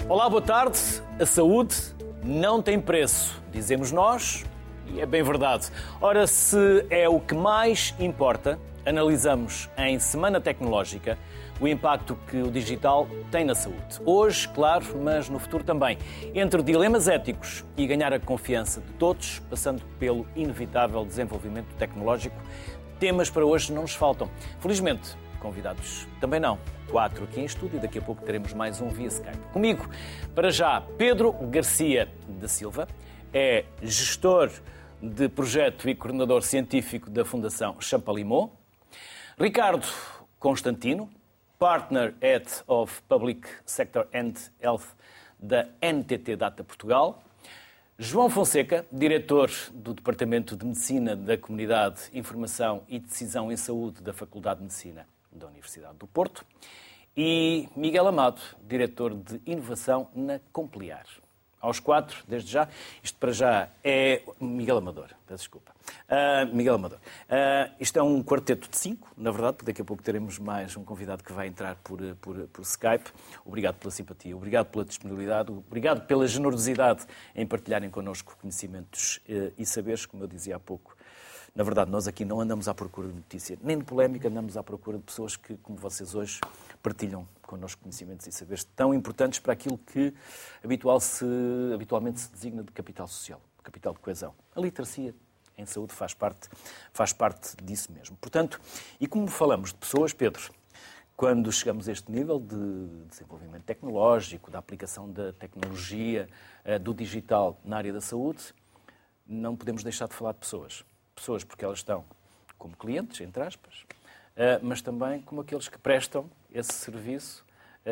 Olá, boa tarde. A saúde não tem preço, dizemos nós, e é bem verdade. Ora, se é o que mais importa, analisamos em Semana Tecnológica o impacto que o digital tem na saúde. Hoje, claro, mas no futuro também. Entre dilemas éticos e ganhar a confiança de todos, passando pelo inevitável desenvolvimento tecnológico, temas para hoje não nos faltam. Felizmente, convidados também não. 4 aqui em estúdio e daqui a pouco teremos mais um via Skype. Comigo, para já, Pedro Garcia da Silva, é gestor de projeto e coordenador científico da Fundação Champalimaud. Ricardo Constantino, Partner Head of Public Sector and Health da NTT Data Portugal. João Fonseca, diretor do Departamento de Medicina da Comunidade, Informação e Decisão em Saúde da Faculdade de Medicina da Universidade do Porto. E Miguel Amado, diretor de Inovação na Complear. Aos 4, desde já, isto para já é Miguel Amador, peço desculpa. Miguel Amador. Isto é um quarteto de 5, na verdade, porque daqui a pouco teremos mais um convidado que vai entrar por Skype. Obrigado pela simpatia, obrigado pela disponibilidade, obrigado pela generosidade em partilharem connosco conhecimentos e saberes, como eu dizia há pouco. Na verdade, nós aqui não andamos à procura de notícia, nem de polémica, andamos à procura de pessoas que, como vocês hoje, partilham connosco conhecimentos e saberes tão importantes para aquilo que habitualmente se designa de capital social, capital de coesão. A literacia em saúde faz parte disso mesmo. Portanto, e como falamos de pessoas, Pedro, quando chegamos a este nível de desenvolvimento tecnológico, da aplicação da tecnologia, do digital na área da saúde, não podemos deixar de falar de pessoas. Pessoas porque elas estão como clientes, entre aspas, mas também como aqueles que prestam esse serviço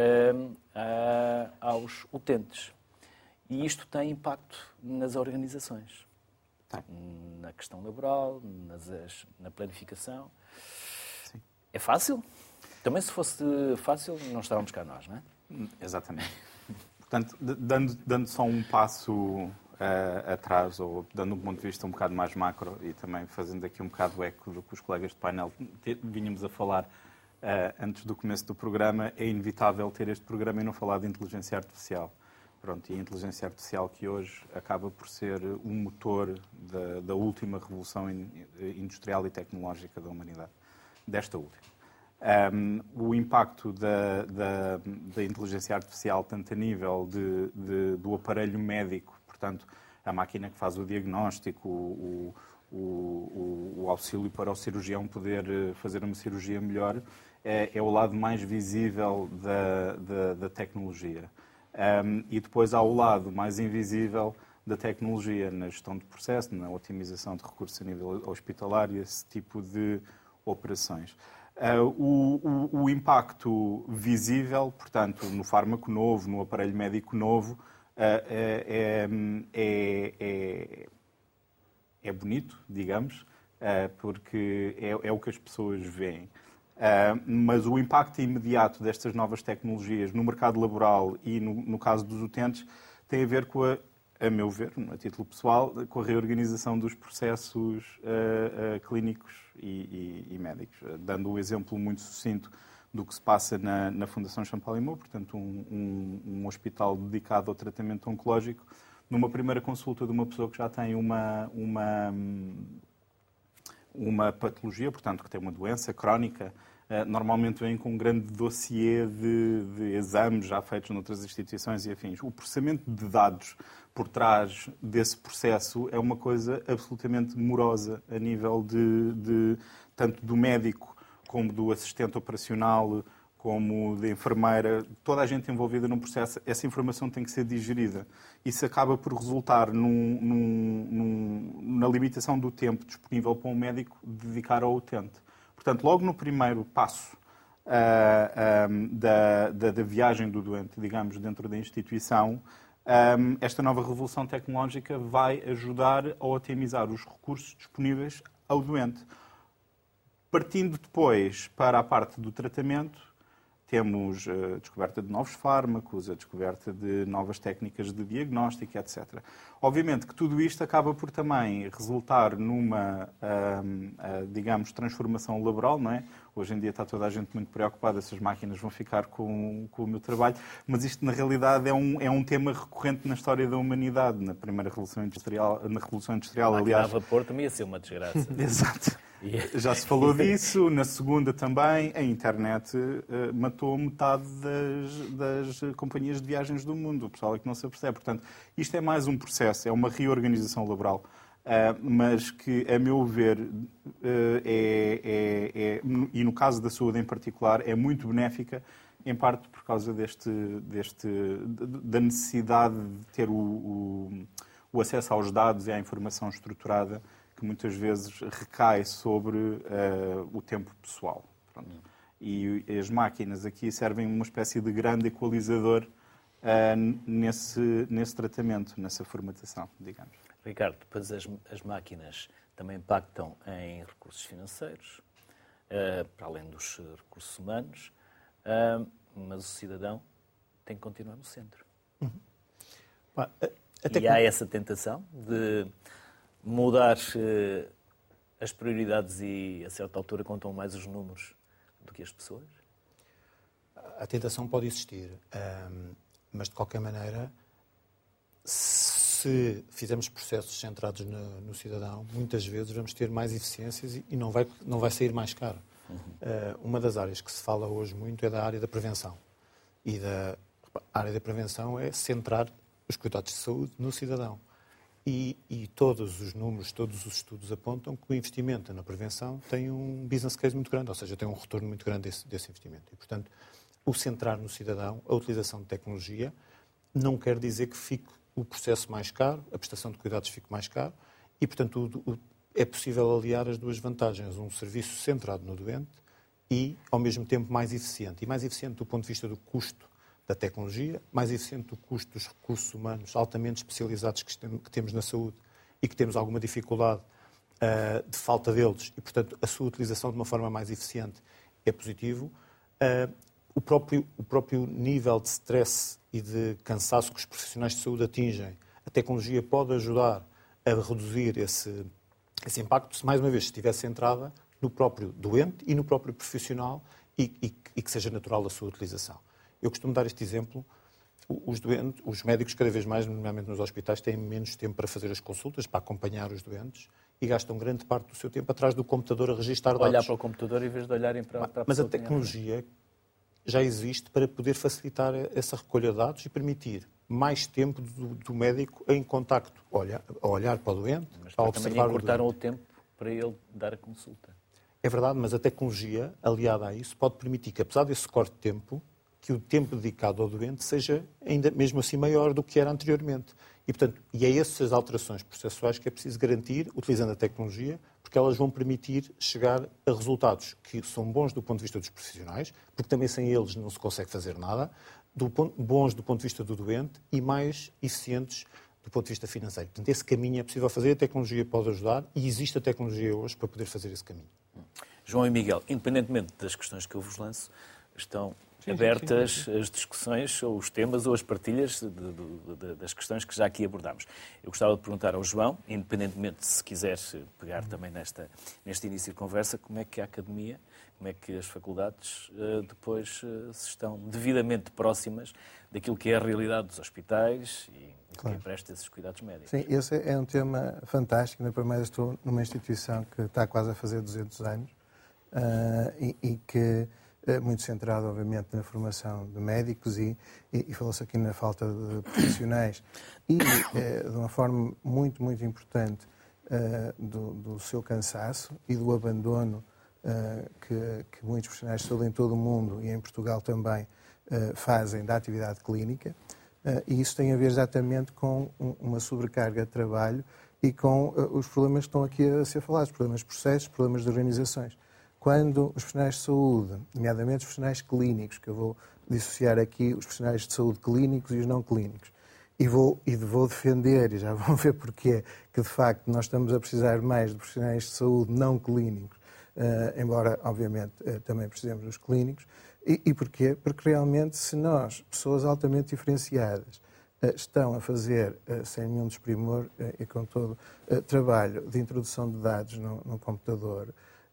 aos utentes. E isto tem impacto nas organizações, na questão laboral, na planificação. Sim. É fácil? Também se fosse fácil, não estávamos cá nós, não é? Exatamente. Portanto, dando só um passo atrás, ou dando um ponto de vista um bocado mais macro e também fazendo aqui um bocado o eco do que os colegas de painel vínhamos a falar antes do começo do programa, é inevitável ter este programa e não falar de inteligência artificial. Pronto, e a inteligência artificial que hoje acaba por ser um motor da última revolução industrial e tecnológica da humanidade, desta última. O impacto da inteligência artificial, tanto a nível do aparelho médico, portanto, a máquina que faz o diagnóstico, o auxílio para o cirurgião poder fazer uma cirurgia melhor, é o lado mais visível da tecnologia. E depois há o lado mais invisível da tecnologia na gestão de processo, na otimização de recursos a nível hospitalar e esse tipo de operações. O impacto visível, portanto, no fármaco novo, no aparelho médico novo, é bonito, digamos, porque é o que as pessoas veem. Mas o impacto imediato destas novas tecnologias no mercado laboral e no caso dos utentes tem a ver com a meu ver, a título pessoal, com a reorganização dos processos clínicos e médicos. Dando o exemplo muito sucinto do que se passa na Fundação Champalimaud, portanto, um hospital dedicado ao tratamento oncológico, numa primeira consulta de uma pessoa que já tem uma patologia, portanto, que tem uma doença crónica, normalmente vem com um grande dossiê de exames já feitos noutras instituições e afins. O processamento de dados por trás desse processo é uma coisa absolutamente morosa a nível tanto do médico como do assistente operacional, como da enfermeira, toda a gente envolvida num processo, essa informação tem que ser digerida. Isso acaba por resultar na limitação do tempo disponível para um médico dedicar ao utente. Portanto, logo no primeiro passo da viagem do doente, digamos, dentro da instituição, esta nova revolução tecnológica vai ajudar a otimizar os recursos disponíveis ao doente. Partindo depois para a parte do tratamento, temos a descoberta de novos fármacos, a descoberta de novas técnicas de diagnóstico, etc. Obviamente que tudo isto acaba por também resultar numa, digamos, transformação laboral, não é? Hoje em dia está toda a gente muito preocupada se as máquinas vão ficar com o meu trabalho, mas isto na realidade é um tema recorrente na história da humanidade, na primeira Revolução Industrial, aliás. A vapor também ia ser uma desgraça. Exato. Já se falou disso, na segunda também, a internet matou metade das companhias de viagens do mundo, o pessoal é que não se apercebe. Portanto, isto é mais um processo, é uma reorganização laboral, mas que, a meu ver, e no caso da saúde em particular, é muito benéfica, em parte por causa da necessidade de ter o acesso aos dados e à informação estruturada, que muitas vezes recai sobre o tempo pessoal. Pronto. E as máquinas aqui servem uma espécie de grande equalizador nesse tratamento, nessa formatação, digamos. Ricardo, depois as máquinas também impactam em recursos financeiros, para além dos recursos humanos, mas o cidadão tem que continuar no centro. Uhum. E há essa tentação de mudar as prioridades e, a certa altura, contam mais os números do que as pessoas? A tentação pode existir, mas, de qualquer maneira, se fizermos processos centrados no cidadão, muitas vezes vamos ter mais eficiências e não vai sair mais caro. Uma das áreas que se fala hoje muito é da área da prevenção. E a área da prevenção é centrar os cuidados de saúde no cidadão. E todos os números, todos os estudos apontam que o investimento na prevenção tem um business case muito grande, ou seja, tem um retorno muito grande desse investimento. E, portanto, o centrar no cidadão, a utilização de tecnologia, não quer dizer que fique o processo mais caro, a prestação de cuidados fique mais caro, e, portanto, é possível aliar as duas vantagens, um serviço centrado no doente e, ao mesmo tempo, mais eficiente. E mais eficiente do ponto de vista do custo da tecnologia, mais eficiente do custo dos recursos humanos altamente especializados que temos na saúde e que temos alguma dificuldade de falta deles e, portanto, a sua utilização de uma forma mais eficiente é positivo. O próprio nível de stress e de cansaço que os profissionais de saúde atingem, a tecnologia pode ajudar a reduzir esse impacto, se mais uma vez estiver centrada no próprio doente e no próprio profissional e que seja natural a sua utilização. Eu costumo dar este exemplo. Os médicos, cada vez mais, normalmente nos hospitais, têm menos tempo para fazer as consultas, para acompanhar os doentes e gastam grande parte do seu tempo atrás do computador a registar dados. Olhar para o computador em vez de olharem para a pessoa. Mas a tecnologia já existe para poder facilitar essa recolha de dados e permitir mais tempo do médico em contacto, a olhar para o doente, a observar também encurtaram o tempo para ele dar a consulta. É verdade, mas a tecnologia, aliada a isso, pode permitir que, apesar desse corte de tempo, que o tempo dedicado ao doente seja ainda mesmo assim maior do que era anteriormente. E, portanto, é essas alterações processuais que é preciso garantir, utilizando a tecnologia, porque elas vão permitir chegar a resultados que são bons do ponto de vista dos profissionais, porque também sem eles não se consegue fazer nada, bons do ponto de vista do doente e mais eficientes do ponto de vista financeiro. Portanto, esse caminho é possível fazer, a tecnologia pode ajudar e existe a tecnologia hoje para poder fazer esse caminho. João e Miguel, independentemente das questões que eu vos lanço, estão abertas as discussões, ou os temas, ou as partilhas das questões que já aqui abordámos. Eu gostava de perguntar ao João, independentemente de se quiser pegar também neste início de conversa, como é que a Academia, como é que as faculdades depois se estão devidamente próximas daquilo que é a realidade dos hospitais e quem presta esses cuidados médicos. Sim, esse é um tema fantástico. Na primeira estou numa instituição que está quase a fazer 200 anos e que muito centrado, obviamente, na formação de médicos e falou-se aqui na falta de profissionais e, de uma forma muito, muito importante, do seu cansaço e do abandono que muitos profissionais de saúde em todo o mundo e em Portugal também fazem da atividade clínica. E isso tem a ver exatamente com uma sobrecarga de trabalho e com os problemas que estão aqui a ser falados, problemas de processos, problemas de organizações. Quando os profissionais de saúde, nomeadamente os profissionais clínicos, que eu vou dissociar aqui os profissionais de saúde clínicos e os não clínicos, e vou defender, e já vão ver porquê, que de facto nós estamos a precisar mais de profissionais de saúde não clínicos, embora obviamente também precisemos dos clínicos. E porquê? Porque realmente se nós, pessoas altamente diferenciadas, estão a fazer, sem nenhum desprimor e com todo trabalho de introdução de dados no computador,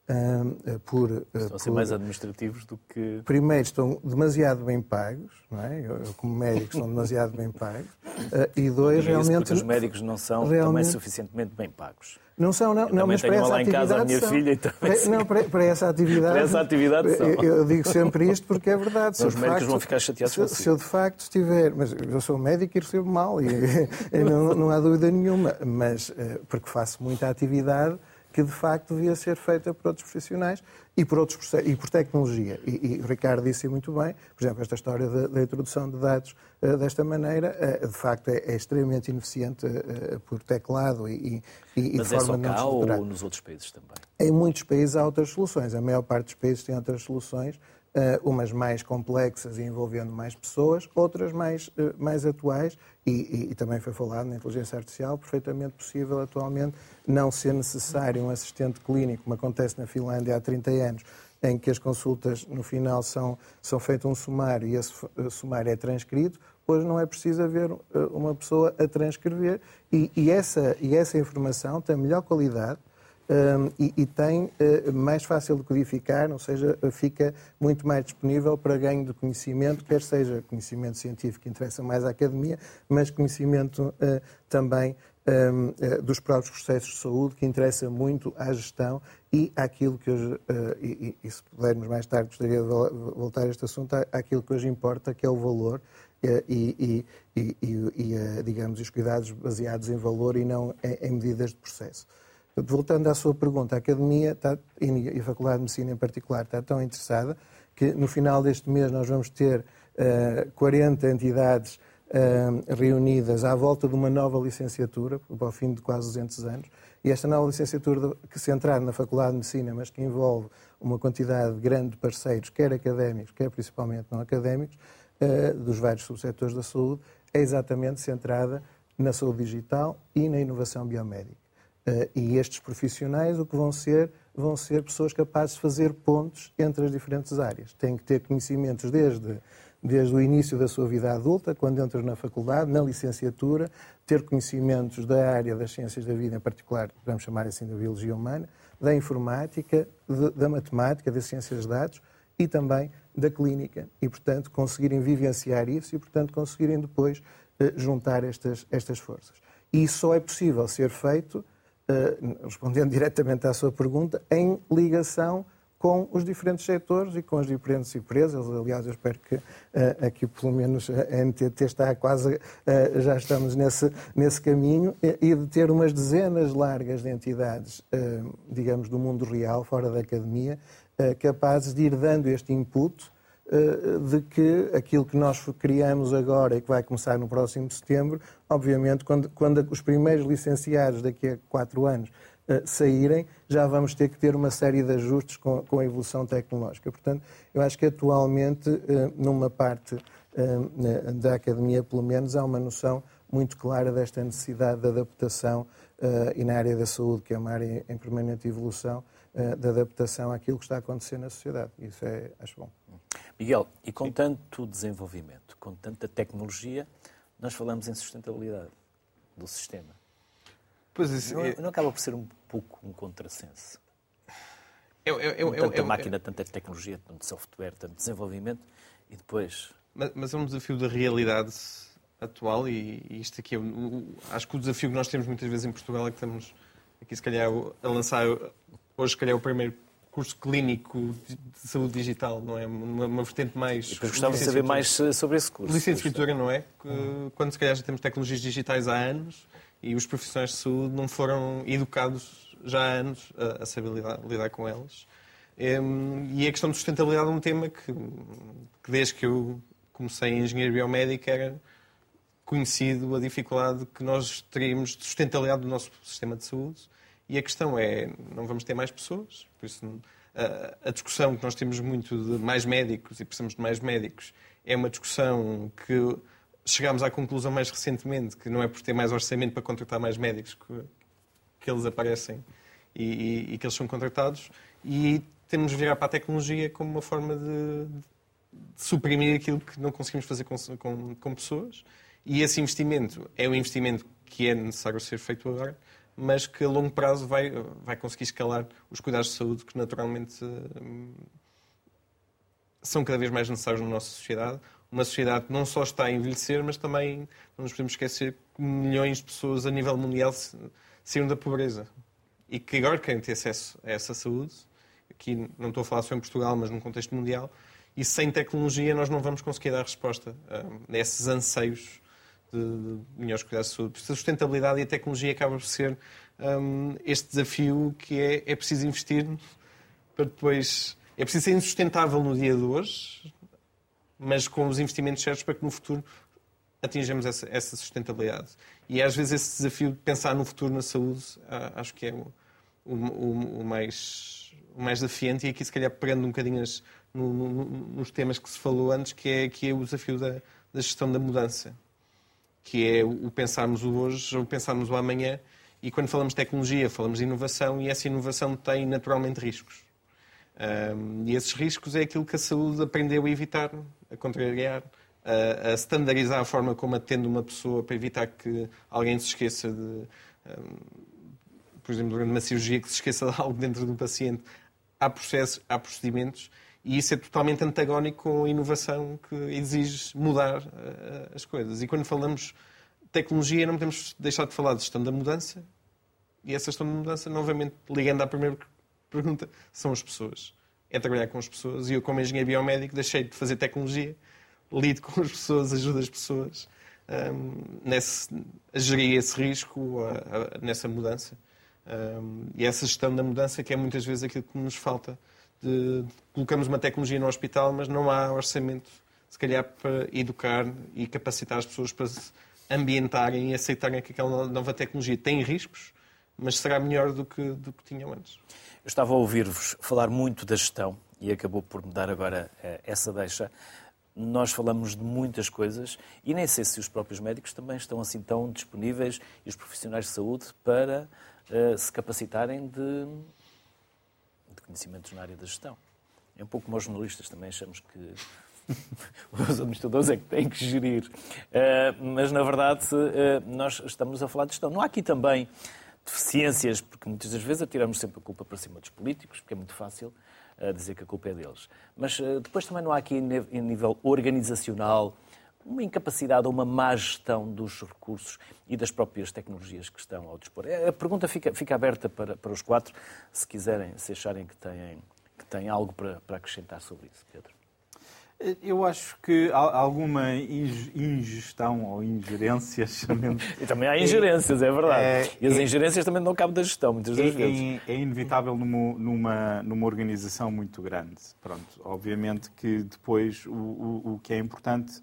Estão a ser mais administrativos do que... Primeiro, estão demasiado bem pagos, não é? Eu como médico, são demasiado bem pagos. E dois, realmente... Porque os médicos não são também suficientemente bem pagos. Não são, não, mas para essa lá em casa a minha filha e também... Não, para essa atividade... Para essa atividade são. Eu digo sempre isto porque é verdade. Os médicos vão ficar chateados consigo. Se eu de facto estiver... Mas eu sou médico e recebo mal, e não há dúvida nenhuma. Mas porque faço muita atividade que de facto devia ser feita por outros profissionais e por outros processos, e por tecnologia. E o Ricardo disse muito bem, por exemplo, esta história da introdução de dados desta maneira, de facto é extremamente ineficiente por teclado e Mas de forma não estruturada. Mas é só cá ou nos outros países também? Em muitos países há outras soluções. A maior parte dos países tem outras soluções, umas mais complexas e envolvendo mais pessoas, outras mais atuais, e também foi falado na inteligência artificial, perfeitamente possível atualmente não ser necessário um assistente clínico, como acontece na Finlândia há 30 anos, em que as consultas no final são feito um sumário e esse sumário é transcrito. Hoje não é preciso haver uma pessoa a transcrever e essa informação tem melhor qualidade, e tem mais fácil de codificar, ou seja, fica muito mais disponível para ganho de conhecimento, quer seja conhecimento científico que interessa mais à academia, mas conhecimento também dos próprios processos de saúde, que interessa muito à gestão e àquilo que hoje, e se pudermos mais tarde, gostaria de voltar a este assunto, àquilo que hoje importa, que é o valor digamos, os cuidados baseados em valor e não em medidas de processo. Voltando à sua pergunta, a Academia e a Faculdade de Medicina em particular está tão interessada que no final deste mês nós vamos ter 40 entidades reunidas à volta de uma nova licenciatura, ao fim de quase 200 anos, e esta nova licenciatura que centrada na Faculdade de Medicina, mas que envolve uma quantidade grande de parceiros, quer académicos, quer principalmente não académicos, dos vários subsetores da saúde, é exatamente centrada na saúde digital e na inovação biomédica. E estes profissionais o que vão ser pessoas capazes de fazer pontos entre as diferentes áreas. Têm que ter conhecimentos desde o início da sua vida adulta, quando entram na faculdade, na licenciatura, ter conhecimentos da área das ciências da vida, em particular, vamos chamar assim, da biologia humana, da informática, da matemática, das ciências de dados e também da clínica. E, portanto, conseguirem vivenciar isso e, portanto, conseguirem depois juntar estas forças. E isso só é possível ser feito, respondendo diretamente à sua pergunta, em ligação com os diferentes setores e com as diferentes empresas. Aliás, eu espero que aqui, pelo menos, a NTT está quase, já estamos nesse caminho, e de ter umas dezenas largas de entidades, digamos, do mundo real, fora da academia, capazes de ir dando este input de que aquilo que nós criamos agora e que vai começar no próximo setembro, obviamente, quando os primeiros licenciados daqui a 4 anos saírem, já vamos ter que ter uma série de ajustes com a evolução tecnológica. Portanto, eu acho que atualmente, numa parte da academia, pelo menos, há uma noção muito clara desta necessidade de adaptação e na área da saúde, que é uma área em permanente evolução, de adaptação àquilo que está a acontecer na sociedade. Isso acho bom. Miguel, e com tanto desenvolvimento, com tanta tecnologia, nós falamos em sustentabilidade do sistema. Pois isso, não acaba por ser um pouco um contrassenso? Tanta máquina, tanta tecnologia, tanto software, tanto desenvolvimento, e depois... Mas é um desafio da realidade atual, e isto aqui acho que o desafio que nós temos muitas vezes em Portugal é que estamos aqui, se calhar, a lançar hoje, se calhar, o primeiro curso clínico de saúde digital, não é? Uma vertente mais... E depois gostava de saber mais sobre esse curso. Licenciatura, não é? Quando, se calhar, já temos tecnologias digitais há anos e os profissionais de saúde não foram educados já há anos a saber lidar com elas. E a questão de sustentabilidade é um tema que desde que eu comecei em engenharia biomédica era conhecido a dificuldade que nós teríamos de sustentabilidade do nosso sistema de saúde. E a questão é, não vamos ter mais pessoas, por isso a discussão que nós temos muito de mais médicos e precisamos de mais médicos é uma discussão que chegámos à conclusão mais recentemente que não é por ter mais orçamento para contratar mais médicos que eles aparecem e que eles são contratados, e temos de virar para a tecnologia como uma forma de suprimir aquilo que não conseguimos fazer com pessoas, e esse investimento é um investimento que é necessário ser feito agora, mas que a longo prazo vai conseguir escalar os cuidados de saúde que naturalmente são cada vez mais necessários na nossa sociedade. Uma sociedade que não só está a envelhecer, mas também não nos podemos esquecer que milhões de pessoas a nível mundial saíram da pobreza e que agora querem ter acesso a essa saúde. Aqui não estou a falar só em Portugal, mas num contexto mundial. E sem tecnologia nós não vamos conseguir dar resposta a esses anseios de melhores cuidados de saúde. Por isso a sustentabilidade e a tecnologia acaba por ser este desafio que é preciso investir para depois... É preciso ser insustentável no dia de hoje, mas com os investimentos certos para que no futuro atinjamos essa sustentabilidade. E às vezes esse desafio de pensar no futuro na saúde acho que é o mais desafiante, e aqui se calhar pegando um bocadinho nos temas que se falou antes, que é o desafio da gestão da mudança, que é o pensarmos o hoje ou pensarmos o amanhã. E quando falamos de tecnologia, falamos de inovação, e essa inovação tem naturalmente riscos. E esses riscos é aquilo que a saúde aprendeu a evitar, a contrariar, a standardizar a forma como atende uma pessoa para evitar que alguém se esqueça de, por exemplo, durante uma cirurgia, que se esqueça de algo dentro do paciente. Há processos, há procedimentos, e isso é totalmente antagónico com a inovação que exige mudar as coisas. E quando falamos de tecnologia, não podemos deixar de falar de gestão da mudança, e essa gestão da mudança, novamente, ligando à primeira pergunta, são as pessoas. É trabalhar com as pessoas. E eu, como engenheiro biomédico, deixei de fazer tecnologia, lido com as pessoas, ajudo as pessoas a gerir esse risco, nessa mudança. E essa gestão da mudança, que é muitas vezes aquilo que nos falta. Colocamos uma tecnologia no hospital, mas não há orçamento, se calhar, para educar e capacitar as pessoas para se ambientarem e aceitarem que aquela nova tecnologia tem riscos, mas será melhor do que tinham antes. Eu estava a ouvir-vos falar muito da gestão e acabou por me dar agora essa deixa. Nós falamos de muitas coisas e nem sei se os próprios médicos também estão assim tão disponíveis, e os profissionais de saúde, para se capacitarem de conhecimentos na área da gestão. É um pouco como os jornalistas, também achamos que os administradores é que têm que gerir. Mas, na verdade, nós estamos a falar de gestão. Não há aqui também deficiências, porque muitas das vezes atiramos sempre a culpa para cima dos políticos, porque é muito fácil dizer que a culpa é deles. Mas depois também não há aqui, em nível organizacional, uma incapacidade ou uma má gestão dos recursos e das próprias tecnologias que estão ao dispor. A pergunta fica aberta para os quatro, se quiserem, se acharem que têm algo para acrescentar sobre isso. Pedro? Eu acho que alguma ingestão ou ingerência... E também há ingerências, é verdade. E as ingerências também não cabem da gestão, muitas das vezes. É inevitável numa organização muito grande. Pronto, obviamente que depois o que é importante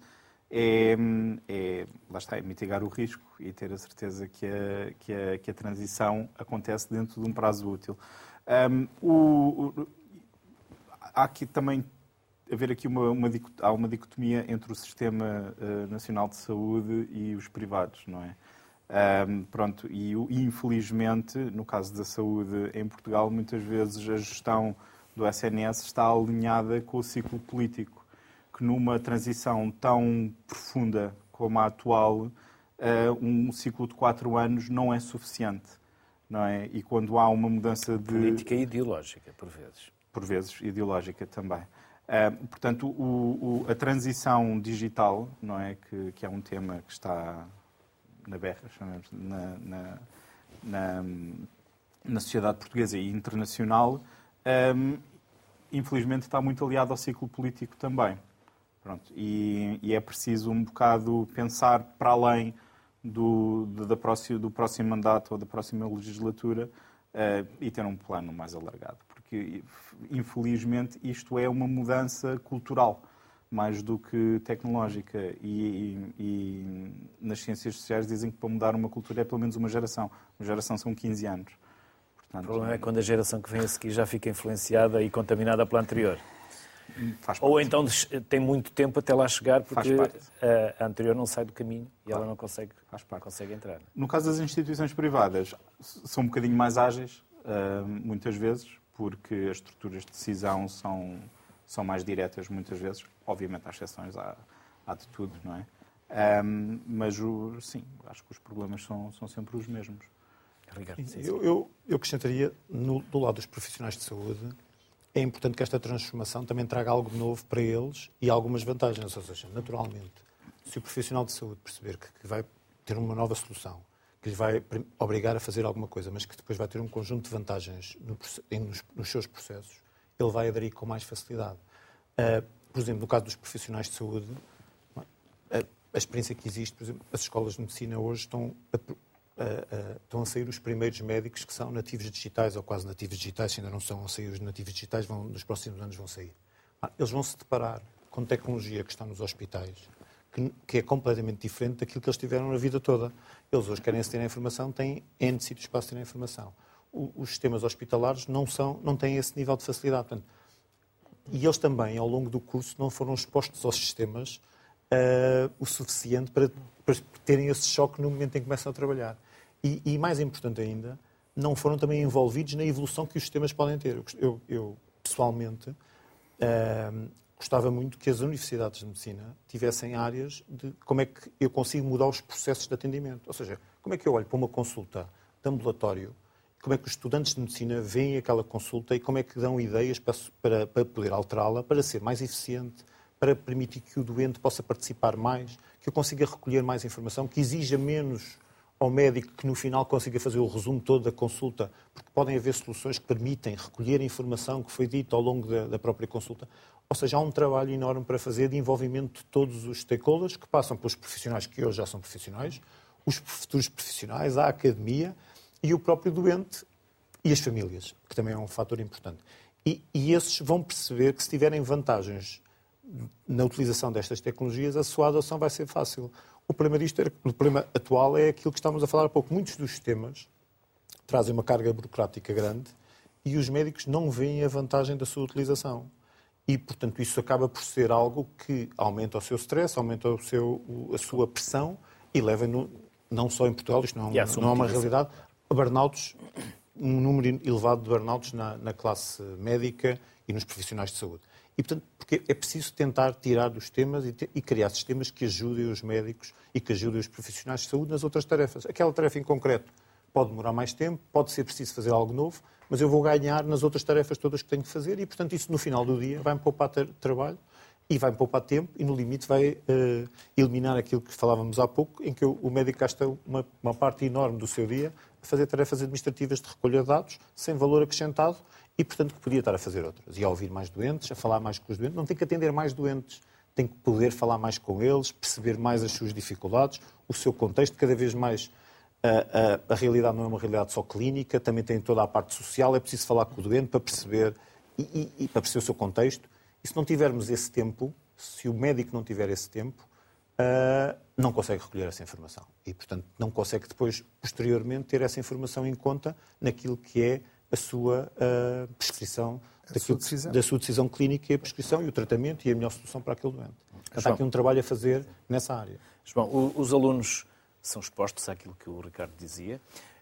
lá está, é mitigar o risco e ter a certeza que a transição acontece dentro de um prazo útil. Há aqui também haver aqui há uma dicotomia entre o Sistema Nacional de Saúde e os privados, não é? E infelizmente, no caso da saúde em Portugal, muitas vezes a gestão do SNS está alinhada com o ciclo político, que numa transição tão profunda como a atual, um ciclo de 4 anos não é suficiente, não é? E quando há uma mudança de... Política e ideológica, por vezes. Por vezes, ideológica também. Portanto, a transição digital, não é, que é um tema que está na berra, chamamos, na sociedade portuguesa e internacional, infelizmente está muito aliado ao ciclo político também. Pronto, e é preciso um bocado pensar para além do próximo mandato ou da próxima legislatura e ter um plano mais alargado. Porque, infelizmente, isto é uma mudança cultural, mais do que tecnológica. E nas ciências sociais dizem que para mudar uma cultura é pelo menos uma geração. Uma geração são 15 anos. Portanto, o problema é quando a geração que vem a seguir já fica influenciada e contaminada pela anterior. Ou então tem muito tempo até lá chegar, porque a anterior não sai do caminho e ela não consegue entrar. No caso das instituições privadas, são um bocadinho mais ágeis, muitas vezes, porque as estruturas de decisão são mais diretas, muitas vezes. Obviamente há exceções, há de tudo, não é? Mas, sim, acho que os problemas são sempre os mesmos. Ricardo. Eu acrescentaria, do lado dos profissionais de saúde, é importante que esta transformação também traga algo novo para eles e algumas vantagens. Ou seja, naturalmente, se o profissional de saúde perceber que vai ter uma nova solução, que lhe vai obrigar a fazer alguma coisa, mas que depois vai ter um conjunto de vantagens nos seus processos, ele vai aderir com mais facilidade. Por exemplo, no caso dos profissionais de saúde, a experiência que existe, por exemplo, as escolas de medicina hoje estão a sair os primeiros médicos que são nativos digitais ou quase nativos digitais, se ainda não são a sair os nativos digitais, nos próximos anos vão sair. Eles vão se deparar com tecnologia que está nos hospitais, que é completamente diferente daquilo que eles tiveram na vida toda. Eles hoje querem aceder à informação, têm N sítios para aceder à informação. Os sistemas hospitalares não têm esse nível de facilidade. Portanto, e eles também, ao longo do curso, não foram expostos aos sistemas o suficiente para terem esse choque no momento em que começam a trabalhar. E mais importante ainda, não foram também envolvidos na evolução que os sistemas podem ter. Eu pessoalmente, gostava muito que as universidades de medicina tivessem áreas de como é que eu consigo mudar os processos de atendimento. Ou seja, como é que eu olho para uma consulta de ambulatório, como é que os estudantes de medicina veem aquela consulta e como é que dão ideias para poder alterá-la, para ser mais eficiente, para permitir que o doente possa participar mais, que eu consiga recolher mais informação, que exija menos ao médico que no final consiga fazer o resumo todo da consulta, porque podem haver soluções que permitem recolher a informação que foi dita ao longo da própria consulta. Ou seja, há um trabalho enorme para fazer de envolvimento de todos os stakeholders, que passam pelos profissionais que hoje já são profissionais, os futuros profissionais, a academia e o próprio doente e as famílias, que também é um fator importante. E esses vão perceber que se tiverem vantagens na utilização destas tecnologias, a sua adoção vai ser fácil. O problema atual é aquilo que estávamos a falar há pouco. Muitos dos sistemas trazem uma carga burocrática grande e os médicos não veem a vantagem da sua utilização. E, portanto, isso acaba por ser algo que aumenta o seu stress, aumenta a sua pressão e leva, não só em Portugal, isto não é uma realidade, a burnouts, um número elevado de burnouts na classe médica e nos profissionais de saúde. E, portanto, porque é preciso tentar tirar dos sistemas e criar sistemas que ajudem os médicos e que ajudem os profissionais de saúde nas outras tarefas. Aquela tarefa em concreto pode demorar mais tempo, pode ser preciso fazer algo novo, mas eu vou ganhar nas outras tarefas todas que tenho que fazer e, portanto, isso no final do dia vai-me poupar trabalho e vai-me poupar tempo e, no limite, vai eliminar aquilo que falávamos há pouco, em que o médico gasta uma parte enorme do seu dia a fazer tarefas administrativas de recolha de dados sem valor acrescentado e, portanto, que podia estar a fazer outras. E a ouvir mais doentes, a falar mais com os doentes. Não tem que atender mais doentes, tem que poder falar mais com eles, perceber mais as suas dificuldades, o seu contexto. Cada vez mais a realidade não é uma realidade só clínica, também tem toda a parte social. É preciso falar com o doente para perceber e para perceber o seu contexto. E se não tivermos esse tempo, se o médico não tiver esse tempo, não consegue recolher essa informação. E, portanto, não consegue depois, posteriormente, ter essa informação em conta naquilo que é a sua prescrição, da sua decisão clínica e a prescrição e o tratamento e a melhor solução para aquele doente. Há aqui um trabalho a fazer nessa área. João, os alunos são expostos àquilo que o Ricardo dizia.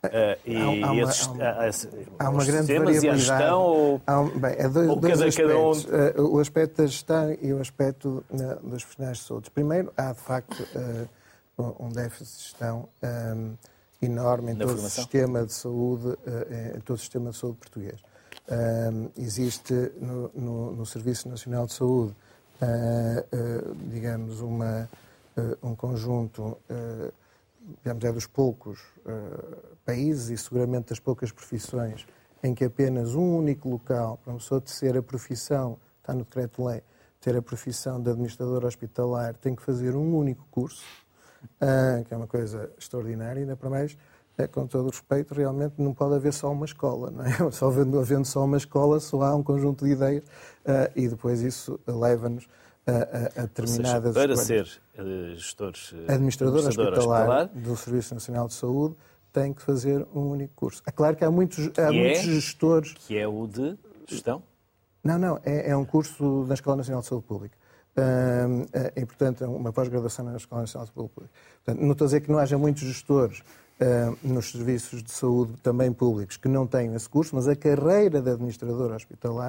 Há uma grande variabilidade. E a gestão, dois aspectos. O aspecto da gestão e o aspecto dos profissionais de saúde. Primeiro, há de facto um déficit de gestão enorme em todo o sistema de saúde, português. Existe no Serviço Nacional de Saúde, digamos, um conjunto, digamos, é dos poucos países e seguramente das poucas profissões em que apenas um único local, para uma pessoa ter a profissão, está no decreto-lei, ter a profissão de administrador hospitalar, tem que fazer um único curso, que é uma coisa extraordinária, ainda para mais, com todo o respeito, realmente não pode haver só uma escola, não é? Só havendo só uma escola, só há um conjunto de ideias e depois isso leva-nos a determinadas para escolhas. Ser administrador hospitalar do Serviço Nacional de Saúde tem que fazer um único curso. É claro que há muitos gestores... Que é o de gestão? Não, é um curso da Escola Nacional de Saúde Pública. E, portanto, é uma pós-graduação na Escola Nacional de Saúde Pública. Portanto, não estou a dizer que não haja muitos gestores nos serviços de saúde também públicos que não tenham esse curso, mas a carreira de administrador hospitalar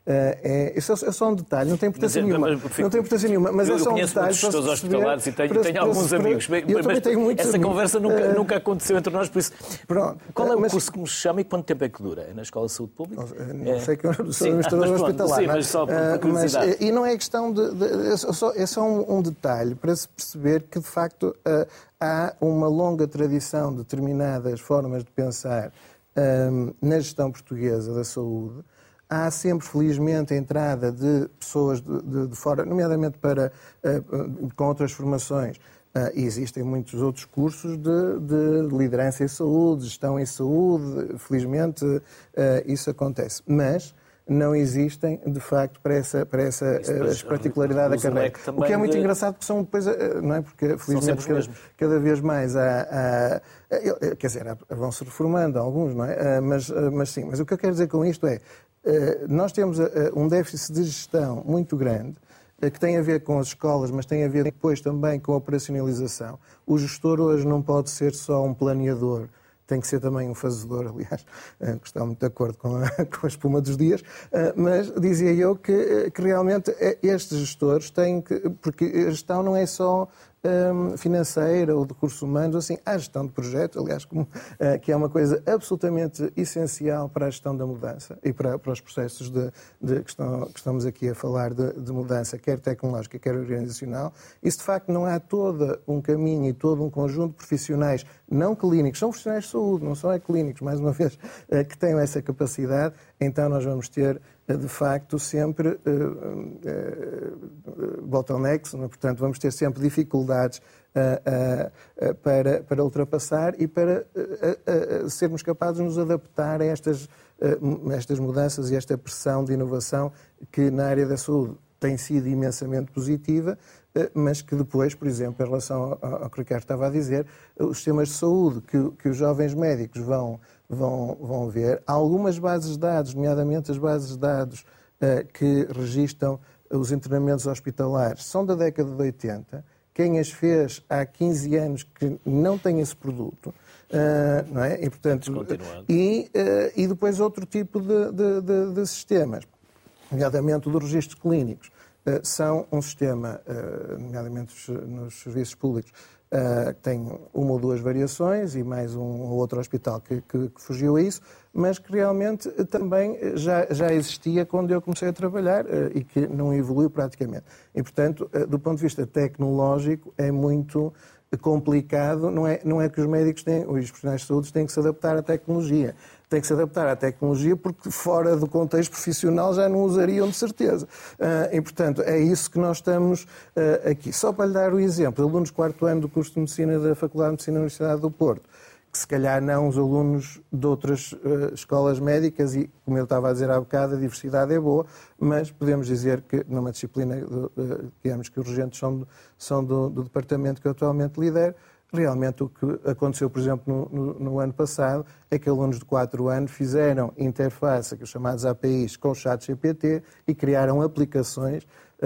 Isso é só um detalhe, não tem importância nenhuma. Não tem importância nenhuma, mas é só um detalhe. Eu conheço muitos gestores hospitalares e tenho alguns amigos. Eu também tenho muitos essa amigos. Conversa nunca aconteceu entre nós, por isso. Pronto. Qual é o curso que me chama e quanto tempo é que dura? É na Escola de Saúde Pública? Não sei que eu sou administrador hospitalar. Sim, mas só por curiosidade. E não é questão é só um detalhe para se perceber que, de facto, há uma longa tradição de determinadas formas de pensar na gestão portuguesa da saúde. Há sempre, felizmente, a entrada de pessoas de fora, nomeadamente com outras formações. E existem muitos outros cursos de liderança em saúde, gestão em saúde. Felizmente, isso acontece. Mas não existem, de facto, para essa particularidade da carreira. O que é muito engraçado, porque são depois, não é? Porque, felizmente, cada vez mais quer dizer, vão-se reformando alguns, não é? Mas sim, mas o que eu quero dizer com isto é, nós temos um déficit de gestão muito grande, que tem a ver com as escolas, mas tem a ver depois também com a operacionalização. O gestor hoje não pode ser só um planeador, tem que ser também um fazedor, aliás, que está muito de acordo com a espuma dos dias, mas dizia eu que realmente estes gestores têm que... Porque a gestão não é só financeira ou de recursos humanos, assim, há gestão de projetos, aliás, que é uma coisa absolutamente essencial para a gestão da mudança e para os processos que estamos aqui a falar de mudança, quer tecnológica, quer organizacional. Isso, de facto, não há todo um caminho e todo um conjunto de profissionais não clínicos, são profissionais de saúde, não são clínicos, mais uma vez, que tenham essa capacidade, então nós vamos ter de facto sempre bottlenecks, portanto vamos ter sempre dificuldades para ultrapassar e para sermos capazes de nos adaptar a estas mudanças e esta pressão de inovação que na área da saúde tem sido imensamente positiva, mas que depois, por exemplo, em relação ao que o Ricardo estava a dizer, os sistemas de saúde que os jovens médicos vão ver, há algumas bases de dados, nomeadamente as bases de dados que registam os internamentos hospitalares, são da década de 80. Quem as fez há 15 anos que não tem esse produto, não é? E, portanto, e depois outro tipo de sistemas, nomeadamente o dos registros clínicos, são um sistema, nomeadamente nos serviços públicos, que tem uma ou duas variações e mais um ou outro hospital que fugiu a isso, mas que realmente também já existia quando eu comecei a trabalhar e que não evoluiu praticamente. E, portanto, do ponto de vista tecnológico, é muito complicado. Não é que os médicos os profissionais de saúde têm que se adaptar à tecnologia. Têm que se adaptar à tecnologia porque fora do contexto profissional já não usariam de certeza. E, portanto, é isso que nós estamos aqui. Só para lhe dar o exemplo, alunos de 4º ano do curso de Medicina da Faculdade de Medicina da Universidade do Porto, que se calhar não os alunos de outras escolas médicas, e como eu estava a dizer há bocado, a diversidade é boa, mas podemos dizer que numa disciplina, digamos que os regentes são do departamento que eu atualmente lidero. Realmente o que aconteceu, por exemplo, no ano passado, é que alunos de 4 anos fizeram interface, que os chamados APIs, com o ChatGPT e criaram aplicações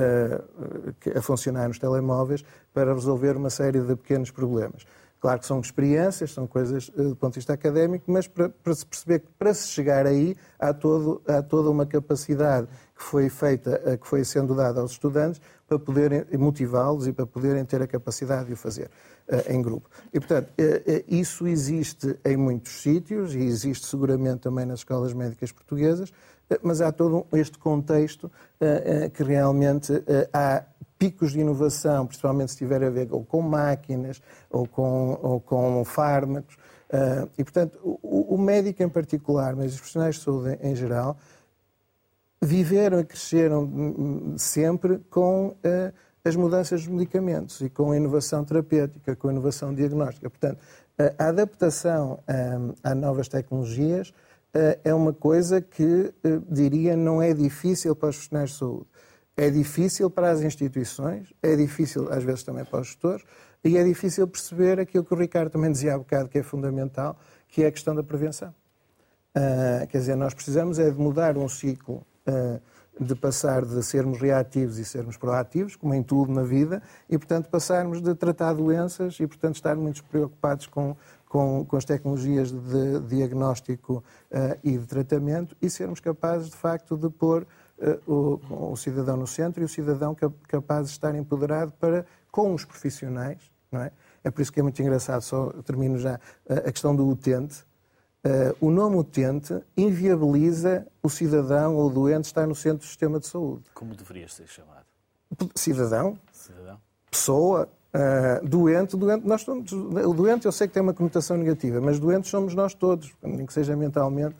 a funcionar nos telemóveis para resolver uma série de pequenos problemas. Claro que são experiências, são coisas do ponto de vista académico, mas para se perceber que para se chegar aí há toda uma capacidade que foi feita, que foi sendo dada aos estudantes para poderem motivá-los e para poderem ter a capacidade de o fazer em grupo. E, portanto, isso existe em muitos sítios e existe seguramente também nas escolas médicas portuguesas, mas há todo este contexto que realmente há picos de inovação, principalmente se tiver a ver ou com máquinas ou com fármacos. E, portanto, o médico em particular, mas os profissionais de saúde em geral, viveram e cresceram sempre com as mudanças dos medicamentos e com a inovação terapêutica, com a inovação diagnóstica. Portanto, a adaptação a novas tecnologias é uma coisa que, diria, não é difícil para os profissionais de saúde. É difícil para as instituições, é difícil às vezes também para os gestores e é difícil perceber aquilo que o Ricardo também dizia há bocado, que é fundamental, que é a questão da prevenção. Quer dizer, nós precisamos é de mudar um ciclo de passar de sermos reativos e sermos proativos, como em tudo na vida, e, portanto, passarmos de tratar doenças e, portanto, estar muito preocupados com as tecnologias de diagnóstico e de tratamento e sermos capazes, de facto, de pôr o cidadão no centro e o cidadão capaz de estar empoderado com os profissionais, não é? É por isso que é muito engraçado, só termino já, a questão do utente. O nome utente inviabiliza o cidadão ou o doente estar no centro do sistema de saúde. Como deveria ser chamado? Cidadão, pessoa, doente, nós somos, o doente eu sei que tem uma conotação negativa, mas doentes somos nós todos, nem que seja mentalmente.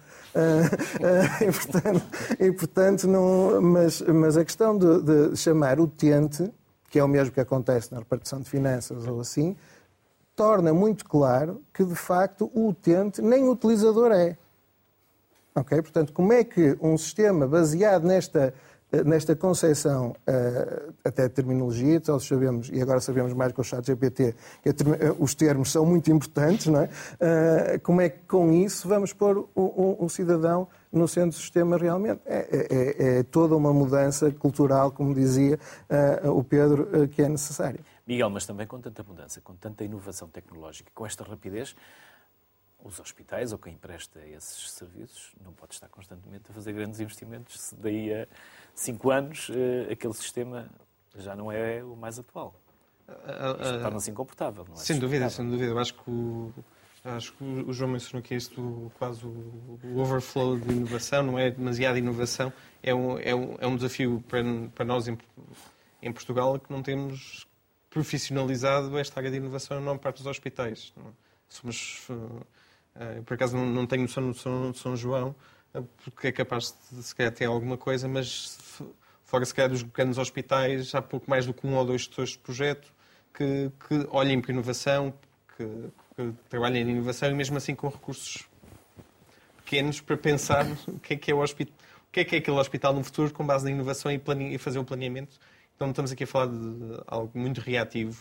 E portanto não, mas a questão de chamar utente, que é o mesmo que acontece na repartição de finanças ou assim, torna muito claro que, de facto, o utente nem utilizador é. Ok? Portanto, como é que um sistema baseado nesta concepção, até terminologia, todos sabemos, e agora sabemos mais com o ChatGPT, que os termos são muito importantes, não é? Como é que com isso vamos pôr o cidadão no centro do sistema realmente? É toda uma mudança cultural, como dizia o Pedro, que é necessária. Miguel, mas também com tanta mudança, com tanta inovação tecnológica, com esta rapidez, os hospitais ou quem empresta esses serviços não pode estar constantemente a fazer grandes investimentos se daí a 5 anos aquele sistema já não é o mais atual. Isto torna-se incomportável, não é? Sem dúvida, sem dúvida. Eu acho que o João mencionou que isto quase o overflow de inovação, não é demasiada inovação, é um desafio para nós em Portugal, que não temos profissionalizado esta área de inovação na maior parte dos hospitais. Somos, por acaso não tenho noção de São João, porque é capaz de se calhar ter alguma coisa, mas fora se calhar dos grandes hospitais, há pouco mais do que 1 ou 2 gestores de projeto que olhem para a inovação, que trabalhem em inovação e mesmo assim com recursos pequenos para pensar o que é aquele hospital no futuro com base na inovação e fazer o planeamento. Então estamos aqui a falar de algo muito reativo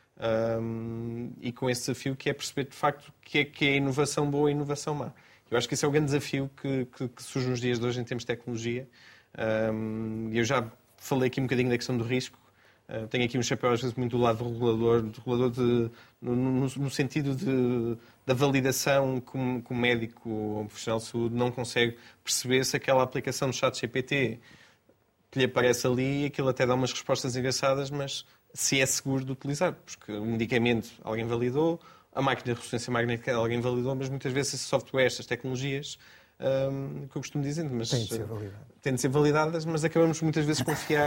e com esse desafio que é perceber de facto o que é inovação boa e inovação má. Eu acho que esse é o grande desafio que surge nos dias de hoje em termos de tecnologia. Eu já falei aqui um bocadinho da questão do risco. Tenho aqui um chapéu às vezes muito do lado do regulador no sentido da validação que um médico ou um profissional de saúde não consegue perceber se aquela aplicação do ChatGPT que lhe aparece ali, aquilo até dá umas respostas engraçadas, mas se é seguro de utilizar. Porque o medicamento alguém validou, a máquina de ressonância magnética alguém validou, mas muitas vezes esse software, estas tecnologias, que eu costumo dizer, mas têm de ser validadas, mas acabamos muitas vezes confiar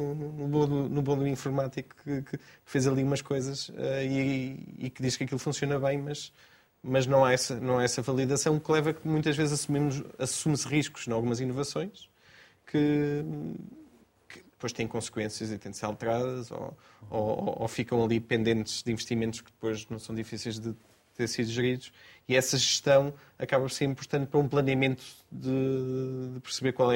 no bolo informático que fez ali umas coisas e que diz que aquilo funciona bem, mas não há essa validação, que leva a que muitas vezes assume-se riscos em algumas inovações que depois têm consequências e têm de ser alteradas ou ficam ali pendentes de investimentos que depois não são difíceis de ter sido geridos. E essa gestão acaba por ser importante para um planeamento de perceber qual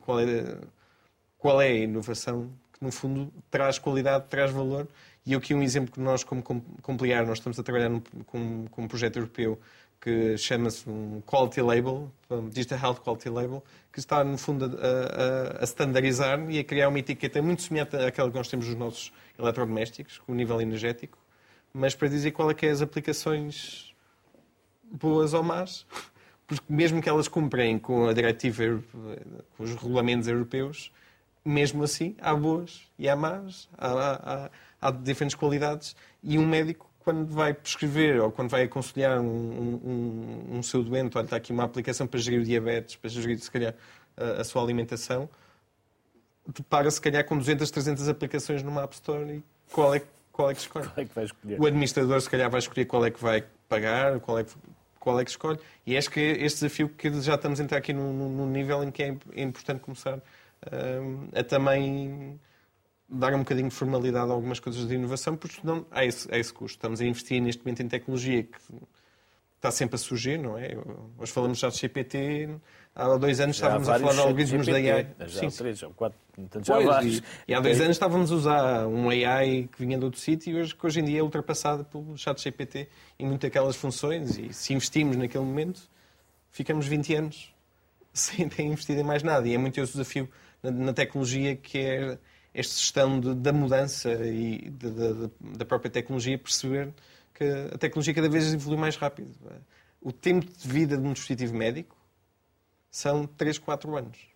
é a inovação que, no fundo, traz qualidade, traz valor. E aqui um exemplo que nós, como Compliar, nós estamos a trabalhar com um projeto europeu que chama-se um Quality Label, Digital Health Quality Label, que está, no fundo, a standardizar e a criar uma etiqueta muito semelhante àquela que nós temos nos nossos eletrodomésticos, com o nível energético, mas para dizer qual é que é as aplicações boas ou más, porque mesmo que elas cumprem com a diretiva, com os regulamentos europeus, mesmo assim há boas e há más, há diferentes qualidades, e um médico, quando vai prescrever ou quando vai aconselhar um seu doente, olha, está aqui uma aplicação para gerir o diabetes, para gerir, se calhar, a sua alimentação, depara, se calhar, com 200, 300 aplicações numa App Store e qual é que escolhe? Qual é que vai escolher? O administrador, se calhar, vai escolher qual é que vai pagar, qual é que escolhe. E acho que é este desafio que já estamos a entrar aqui num nível em que é importante começar a também dar um bocadinho de formalidade a algumas coisas de inovação, porque senão há esse custo. Estamos a investir neste momento em tecnologia que está sempre a surgir, não é? Hoje falamos já de GPT, há 2 anos estávamos a falar de algoritmos da AI. Já há 3 ou 4, e há 2 anos estávamos a usar um AI que vinha de outro sítio e que hoje em dia é ultrapassado pelo ChatGPT em muitas daquelas funções, e se investimos naquele momento, ficamos 20 anos sem ter investido em mais nada. E é muito esse desafio na tecnologia, que é esta gestão da mudança e da própria tecnologia, perceber que a tecnologia cada vez evolui mais rápido. O tempo de vida de um dispositivo médico são 3, 4 anos. Ou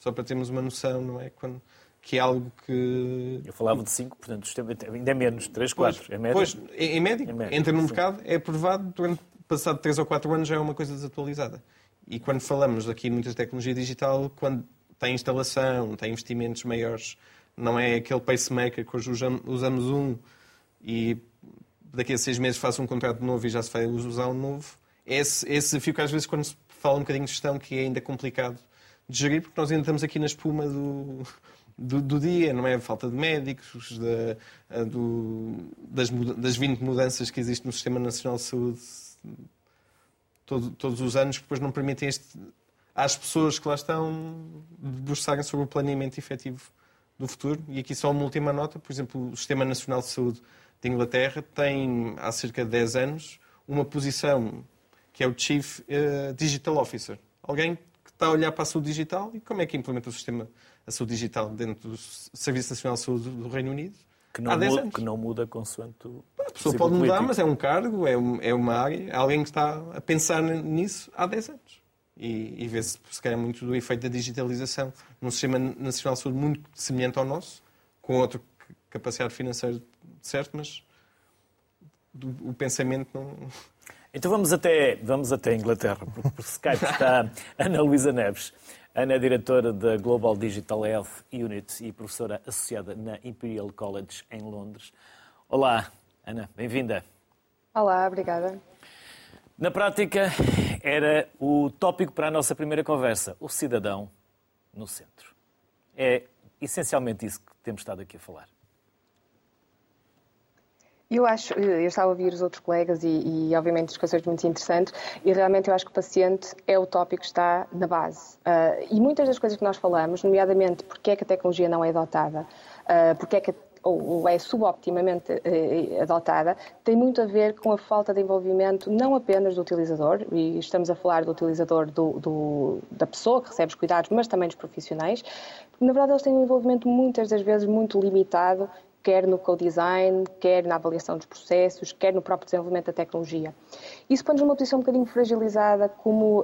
Só para termos uma noção, não é? Que é algo que... Eu falava de 5, portanto, o sistema ainda é menos, 3, 4. É média? Pois, em média, entra no mercado, é aprovado, durante passado 3 ou 4 anos já é uma coisa desatualizada. E quando falamos aqui de muita tecnologia digital, quando tem instalação, tem investimentos maiores, não é aquele pacemaker que hoje usamos e daqui a 6 meses faço um contrato novo e já se vai usar um novo. Esse desafio que às vezes quando se fala um bocadinho de gestão que é ainda complicado de gerir, porque nós ainda estamos aqui na espuma do dia, não é? Falta de médicos, das 20 mudanças que existem no Sistema Nacional de Saúde todos os anos, que depois não permitem às pessoas que lá estão debruçarem sobre o planeamento efetivo do futuro. E aqui só uma última nota, por exemplo, o Sistema Nacional de Saúde de Inglaterra tem, há cerca de 10 anos, uma posição que é o Chief Digital Officer. Alguém que está a olhar para a saúde digital e como é que implementa a saúde digital dentro do Serviço Nacional de Saúde do Reino Unido. Que não muda consoante a pessoa pode mudar, mas é um cargo, é uma área. É alguém que está a pensar nisso há 10 anos. E vê-se, se calhar, muito do efeito da digitalização num Sistema Nacional de Saúde muito semelhante ao nosso, com outra capacidade financeira, certo, mas o pensamento não... Então vamos até a Inglaterra, porque por Skype está Ana Luísa Neves. Ana é diretora da Global Digital Health Unit e professora associada na Imperial College em Londres. Olá, Ana, bem-vinda. Olá, obrigada. Na prática, era o tópico para a nossa primeira conversa, o cidadão no centro. É essencialmente isso que temos estado aqui a falar. Eu estava a ouvir os outros colegas e obviamente discussões muito interessantes e realmente eu acho que o paciente é o tópico que está na base. E muitas das coisas que nós falamos, nomeadamente porque é que a tecnologia não é adotada, porque é que ou é suboptimamente adotada, tem muito a ver com a falta de envolvimento não apenas do utilizador, e estamos a falar do utilizador da pessoa que recebe os cuidados, mas também dos profissionais, porque na verdade eles têm um envolvimento muitas das vezes muito limitado, quer no co-design, quer na avaliação dos processos, quer no próprio desenvolvimento da tecnologia. Isso põe-nos numa posição um bocadinho fragilizada como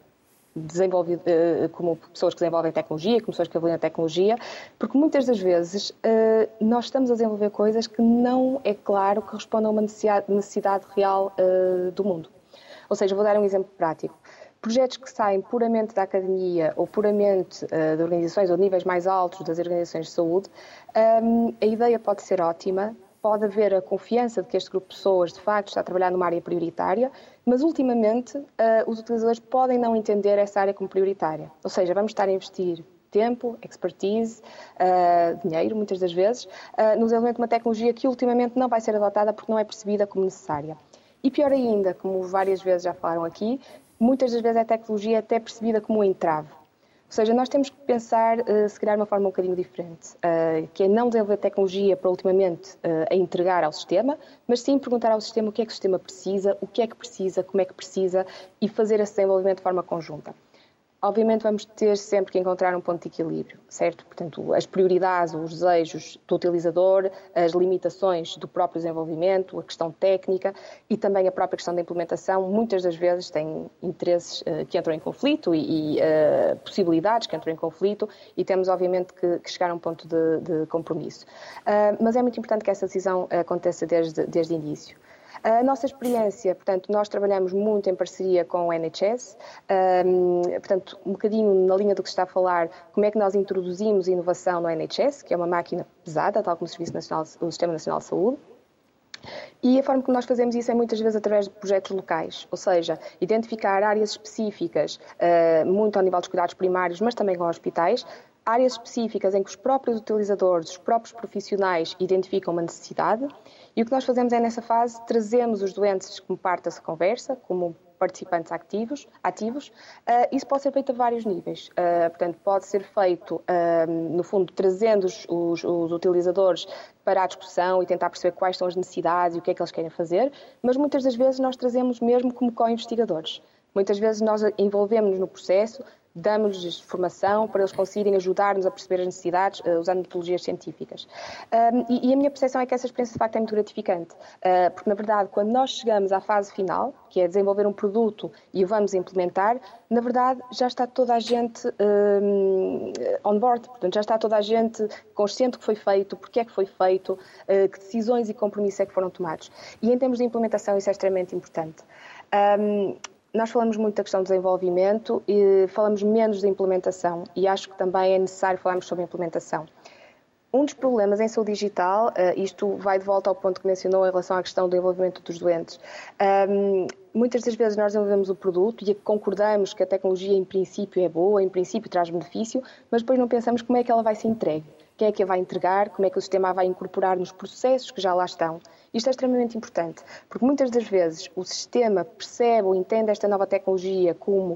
pessoas que desenvolvem tecnologia, como pessoas que avaliam a tecnologia, porque muitas das vezes nós estamos a desenvolver coisas que não é claro que respondam a uma necessidade real do mundo. Ou seja, vou dar um exemplo prático. Projetos que saem puramente da academia ou puramente de organizações ou de níveis mais altos das organizações de saúde, a ideia pode ser ótima, pode haver a confiança de que este grupo de pessoas, de facto, está a trabalhar numa área prioritária, mas, ultimamente, os utilizadores podem não entender essa área como prioritária. Ou seja, vamos estar a investir tempo, expertise, dinheiro, muitas das vezes, no desenvolvimento de uma tecnologia que, ultimamente, não vai ser adotada porque não é percebida como necessária. E, pior ainda, como várias vezes já falaram aqui, muitas das vezes a tecnologia é até percebida como um entrave. Ou seja, nós temos que pensar, se calhar, de uma forma um bocadinho diferente, que é não desenvolver tecnologia para, ultimamente, a entregar ao sistema, mas sim perguntar ao sistema o que é que o sistema precisa, o que é que precisa, como é que precisa e fazer esse desenvolvimento de forma conjunta. Obviamente vamos ter sempre que encontrar um ponto de equilíbrio, certo? Portanto, as prioridades, os desejos do utilizador, as limitações do próprio desenvolvimento, a questão técnica e também a própria questão da implementação, muitas das vezes têm interesses que entram em conflito e possibilidades que entram em conflito e temos obviamente que chegar a um ponto de compromisso. Mas é muito importante que essa decisão aconteça desde o início. A nossa experiência, portanto, nós trabalhamos muito em parceria com o NHS, portanto, um bocadinho na linha do que se está a falar, como é que nós introduzimos inovação no NHS, que é uma máquina pesada, tal como o Sistema Nacional de Saúde. E a forma como nós fazemos isso é muitas vezes através de projetos locais, ou seja, identificar áreas específicas, muito ao nível dos cuidados primários, mas também com hospitais, áreas específicas em que os próprios utilizadores, os próprios profissionais identificam uma necessidade e o que nós fazemos é, nessa fase, trazemos os doentes como parte dessa conversa, como participantes ativos. Isso pode ser feito a vários níveis. Portanto, pode ser feito, no fundo, trazendo os utilizadores para a discussão e tentar perceber quais são as necessidades e o que é que eles querem fazer, mas muitas das vezes nós trazemos mesmo como co-investigadores. Muitas vezes nós envolvemos-nos no processo, Damos-lhes formação para eles conseguirem ajudar-nos a perceber as necessidades usando metodologias científicas. E a minha percepção é que essa experiência, de facto, é muito gratificante. Porque, na verdade, quando nós chegamos à fase final, que é desenvolver um produto e o vamos implementar, na verdade, já está toda a gente on board. Portanto, já está toda a gente consciente do que foi feito, porque é que foi feito, que decisões e compromissos é que foram tomados. E, em termos de implementação, isso é extremamente importante. Nós falamos muito da questão do desenvolvimento e falamos menos da implementação, e acho que também é necessário falarmos sobre a implementação. Um dos problemas em saúde digital, isto vai de volta ao ponto que mencionou em relação à questão do envolvimento dos doentes. Muitas das vezes nós desenvolvemos o produto e concordamos que a tecnologia em princípio é boa, em princípio traz benefício, mas depois não pensamos como é que ela vai ser entregue. Quem é que a vai entregar, como é que o sistema a vai incorporar nos processos que já lá estão. Isto é extremamente importante, porque muitas das vezes o sistema percebe ou entende esta nova tecnologia como,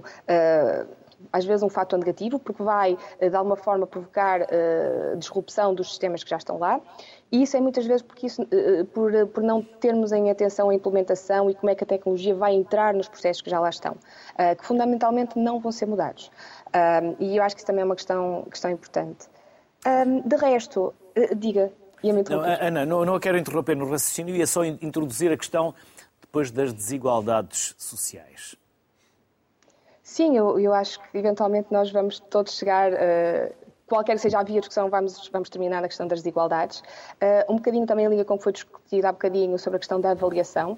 às vezes, um fator negativo, porque vai, de alguma forma, provocar disrupção dos sistemas que já estão lá. E isso é muitas vezes por não termos em atenção a implementação e como é que a tecnologia vai entrar nos processos que já lá estão, que fundamentalmente não vão ser mudados. E eu acho que isso também é uma questão importante. De resto, diga... Não, Ana, não a quero interromper no raciocínio, ia só introduzir a questão depois das desigualdades sociais. Sim, eu acho que eventualmente nós vamos todos chegar, qualquer que seja a via de discussão, vamos terminar na questão das desigualdades. Um bocadinho também em linha com o que foi discutido há bocadinho sobre a questão da avaliação.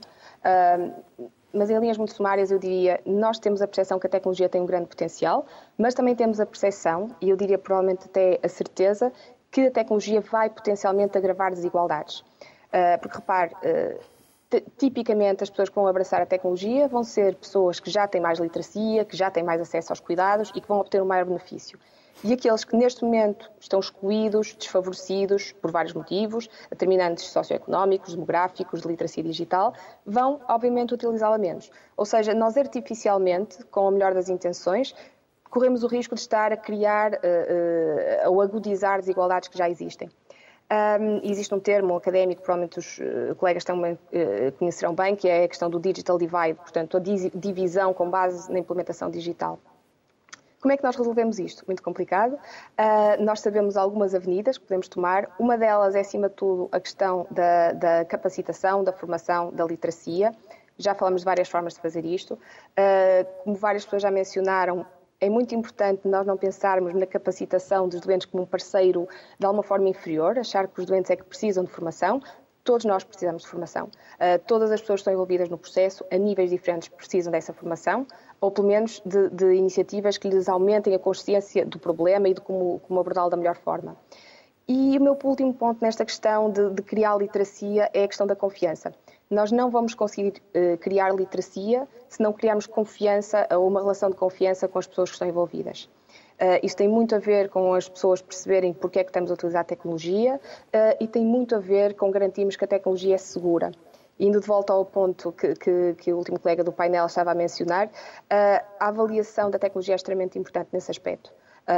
Mas em linhas muito sumárias eu diria, nós temos a percepção que a tecnologia tem um grande potencial, mas também temos a percepção, e eu diria provavelmente até a certeza, que a tecnologia vai potencialmente agravar desigualdades. Porque, repare, tipicamente as pessoas que vão abraçar a tecnologia vão ser pessoas que já têm mais literacia, que já têm mais acesso aos cuidados e que vão obter um maior benefício. E aqueles que neste momento estão excluídos, desfavorecidos por vários motivos, determinantes socioeconómicos, demográficos, de literacia digital, vão, obviamente, utilizá-la menos. Ou seja, nós artificialmente, com a melhor das intenções, corremos o risco de estar a criar ou agudizar desigualdades que já existem. Existe um termo académico, provavelmente os colegas também conhecerão bem, que é a questão do digital divide, portanto, a divisão com base na implementação digital. Como é que nós resolvemos isto? Muito complicado. Nós sabemos algumas avenidas que podemos tomar. Uma delas é, acima de tudo, a questão da capacitação, da formação, da literacia. Já falamos de várias formas de fazer isto. Como várias pessoas já mencionaram, é muito importante nós não pensarmos na capacitação dos doentes como um parceiro de alguma forma inferior, achar que os doentes é que precisam de formação. Todos nós precisamos de formação. Todas as pessoas que estão envolvidas no processo, a níveis diferentes, precisam dessa formação, ou pelo menos de iniciativas que lhes aumentem a consciência do problema e de como abordá-lo da melhor forma. E o meu último ponto nesta questão de criar literacia é a questão da confiança. Nós não vamos conseguir criar literacia se não criarmos confiança ou uma relação de confiança com as pessoas que estão envolvidas. Isto tem muito a ver com as pessoas perceberem porque é que estamos a utilizar a tecnologia e tem muito a ver com garantirmos que a tecnologia é segura. Indo de volta ao ponto que o último colega do painel estava a mencionar, a avaliação da tecnologia é extremamente importante nesse aspecto.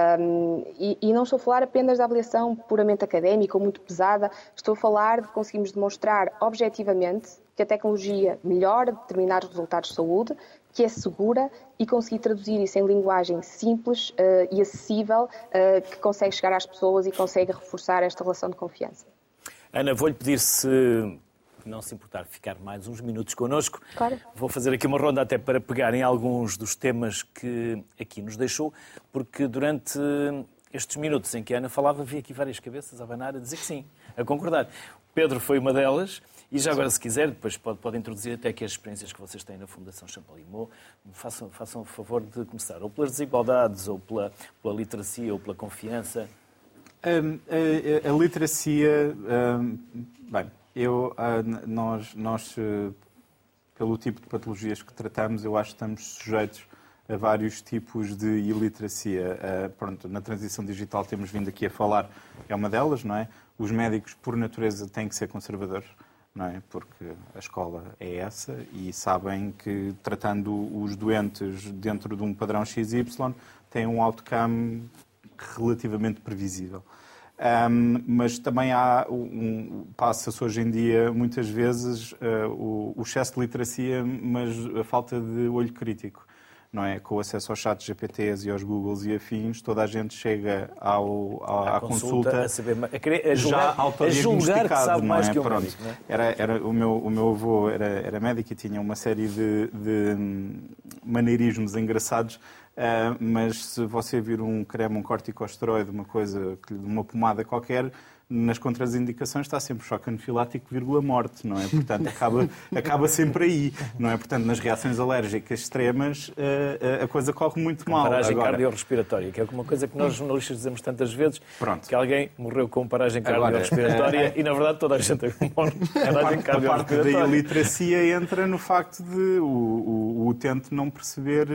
E não estou a falar apenas da avaliação puramente académica ou muito pesada, estou a falar de conseguirmos demonstrar objetivamente que a tecnologia melhora determinados resultados de saúde, que é segura e conseguir traduzir isso em linguagem simples e acessível, que consegue chegar às pessoas e consegue reforçar esta relação de confiança. Ana, vou-lhe pedir se não se importar ficar mais uns minutos connosco. Claro. Vou fazer aqui uma ronda até para pegar em alguns dos temas que aqui nos deixou, porque durante estes minutos em que a Ana falava, vi aqui várias cabeças a abanar, a dizer que sim, a concordar. Pedro foi uma delas, e já agora, se quiser, depois pode introduzir até aqui as experiências que vocês têm na Fundação Champalimau. Façam o favor de começar, ou pelas desigualdades, ou pela literacia, ou pela confiança. A literacia... Bem, nós, pelo tipo de patologias que tratamos, eu acho que estamos sujeitos a vários tipos de iliteracia. Na transição digital temos vindo aqui a falar, é uma delas, não é? Os médicos, por natureza, têm que ser conservadores, não é? Porque a escola é essa e sabem que, tratando os doentes dentro de um padrão XY, têm um outcome relativamente previsível. Mas também passa-se hoje em dia, muitas vezes, o excesso de literacia, mas a falta de olho crítico. não é? Com o acesso aos chats GPTs e aos Googles e afins, toda a gente chega à consulta a saber, a julgar que sabe mais que o médico. Não é? O meu avô era médico e tinha uma série de maneirismos engraçados, mas se você vir um creme, um corticosteroide, uma pomada qualquer, nas contraindicações está sempre choque anafilático, morte, não é? Portanto, acaba sempre aí, não é? Portanto, nas reações alérgicas extremas, a coisa corre muito mal. Paragem cardiorrespiratória, que é uma coisa que nós jornalistas dizemos tantas vezes, que alguém morreu com paragem cardiorrespiratória e, na verdade, toda a gente morre com paragem cardiorrespiratória. A parte da iliteracia entra no facto de o utente não perceber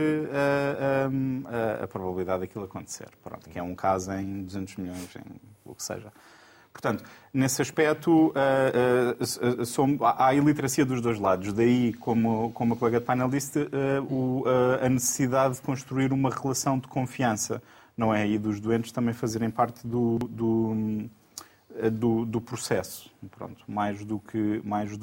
a probabilidade daquilo acontecer. Pronto, que é um caso em 200 milhões, em o que seja. Portanto, nesse aspecto, há a iliteracia dos dois lados. Daí, como a colega de painel disse, a necessidade de construir uma relação de confiança, não é? E dos doentes também fazerem parte do processo. Pronto, mais do que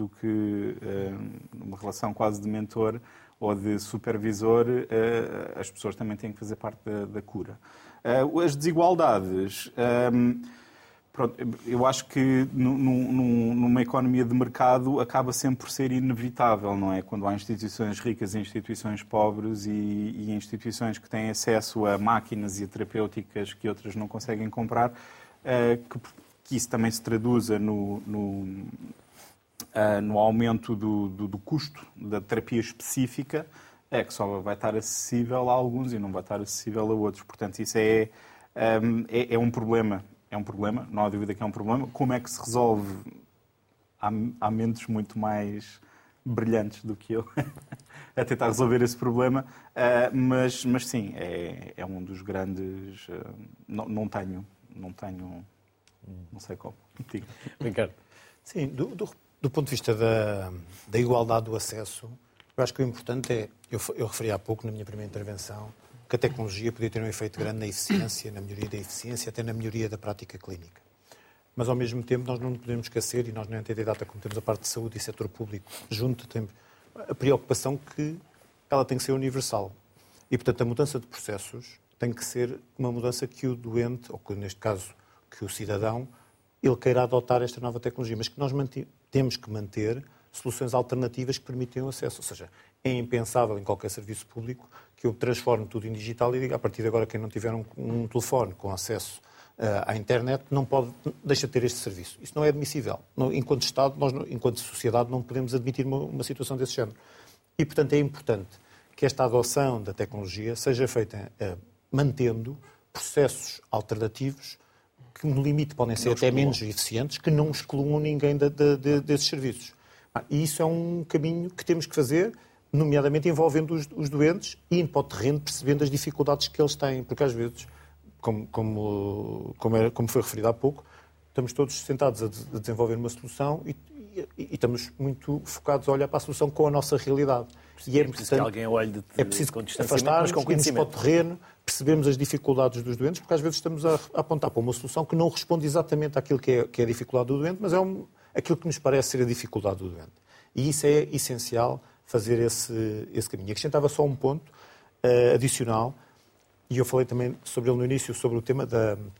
uma relação quase de mentor ou de supervisor, as pessoas também têm que fazer parte da cura. As desigualdades... Pronto, eu acho que numa economia de mercado acaba sempre por ser inevitável, não é? Quando há instituições ricas e instituições pobres e instituições que têm acesso a máquinas e a terapêuticas que outras não conseguem comprar, que isso também se traduza no aumento do custo da terapia específica, que só vai estar acessível a alguns e não vai estar acessível a outros. Portanto, isso é um problema. É um problema, não há dúvida que é um problema. Como é que se resolve? Há mentes muito mais brilhantes do que eu a tentar resolver esse problema, mas sim, é um dos grandes... Não sei como. Diga. Ricardo. Sim, do ponto de vista da igualdade do acesso, eu acho que o importante é, eu referi há pouco na minha primeira intervenção, que a tecnologia podia ter um efeito grande na eficiência, na melhoria da eficiência, até na melhoria da prática clínica. Mas, ao mesmo tempo, nós não podemos esquecer, e nós na NTT Data, como temos a parte de saúde e setor público junto, temos a preocupação que ela tem que ser universal. E, portanto, a mudança de processos tem que ser uma mudança que o doente, ou que, neste caso, que o cidadão, ele queira adotar esta nova tecnologia, mas que nós temos que manter soluções alternativas que permitem o acesso. Ou seja, é impensável em qualquer serviço público que eu transforme tudo em digital e diga, a partir de agora, quem não tiver um telefone com acesso à internet deixa de ter este serviço. Isso não é admissível. Enquanto Estado, nós, enquanto sociedade, não podemos admitir uma situação desse género. E, portanto, é importante que esta adoção da tecnologia seja feita mantendo processos alternativos que, no limite, podem ser até menos eficientes, que não excluam ninguém desses serviços. E isso é um caminho que temos que fazer, nomeadamente envolvendo os doentes e indo para o terreno, percebendo as dificuldades que eles têm. Porque às vezes, como foi referido há pouco, estamos todos sentados a desenvolver uma solução e estamos muito focados a olhar para a solução com a nossa realidade. E é preciso que alguém olhe é preciso afastar-nos, irmos para o terreno, percebemos as dificuldades dos doentes, porque às vezes estamos a apontar para uma solução que não responde exatamente àquilo que é a dificuldade do doente, mas é aquilo que nos parece ser a dificuldade do doente. E isso é essencial, fazer esse caminho. E acrescentava só um ponto adicional, e eu falei também sobre ele no início, sobre o tema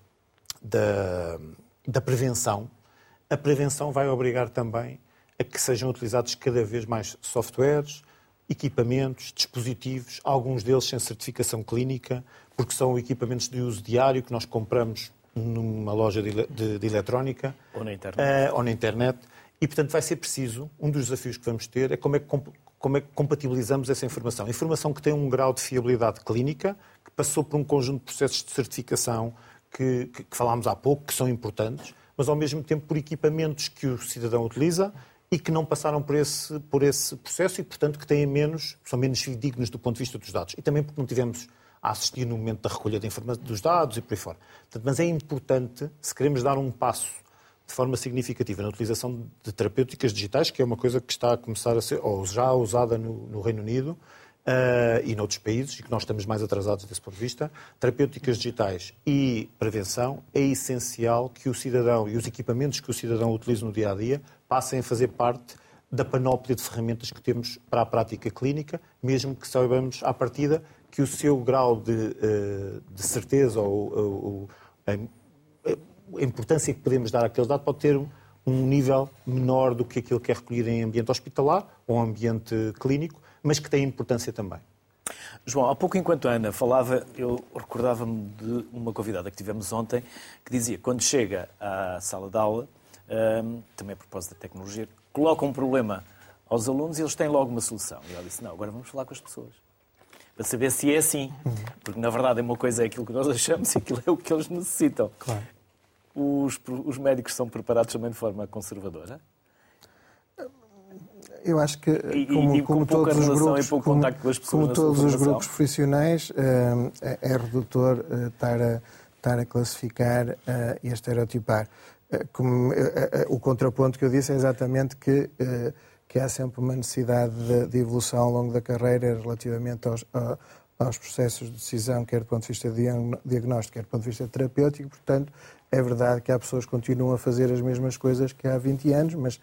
da prevenção. A prevenção vai obrigar também a que sejam utilizados cada vez mais softwares, equipamentos, dispositivos, alguns deles sem certificação clínica, porque são equipamentos de uso diário que nós compramos numa loja de eletrónica ou na internet. E, portanto, vai ser preciso, um dos desafios que vamos ter é como é que compatibilizamos essa informação. Informação que tem um grau de fiabilidade clínica, que passou por um conjunto de processos de certificação que falámos há pouco, que são importantes, mas, ao mesmo tempo, por equipamentos que o cidadão utiliza e que não passaram por esse processo e, portanto, que são menos fidedignos do ponto de vista dos dados. E também porque não tivemos a assistir no momento da recolha dos dados e por aí fora. Portanto, mas é importante, se queremos dar um passo de forma significativa na utilização de terapêuticas digitais, que é uma coisa que está a começar a ser, ou já usada no Reino Unido e noutros países, e que nós estamos mais atrasados desse ponto de vista, terapêuticas digitais e prevenção, é essencial que o cidadão e os equipamentos que o cidadão utiliza no dia-a-dia passem a fazer parte da panóplia de ferramentas que temos para a prática clínica, mesmo que saibamos à partida que o seu grau de certeza ou a importância que podemos dar àquele dado pode ter um nível menor do que aquilo que é recolhido em ambiente hospitalar ou ambiente clínico, mas que tem importância também. João, há pouco, enquanto a Ana falava, eu recordava-me de uma convidada que tivemos ontem que dizia que quando chega à sala de aula, também a propósito da tecnologia, coloca um problema aos alunos e eles têm logo uma solução. E ela disse, não, agora vamos falar com as pessoas. Para saber se é assim. Porque, na verdade, é uma coisa é aquilo que nós achamos e aquilo é o que eles necessitam. Claro. Os médicos são preparados também de forma conservadora? Eu acho que, como pouca todos os relação grupos, e pouco contacto com as pessoas, como todos os grupos profissionais, é redutor estar a classificar e a estereotipar. O contraponto que eu disse é exatamente que há sempre uma necessidade de evolução ao longo da carreira relativamente aos processos de decisão, quer do ponto de vista diagnóstico, quer do ponto de vista terapêutico. Portanto, é verdade que há pessoas que continuam a fazer as mesmas coisas que há 20 anos, mas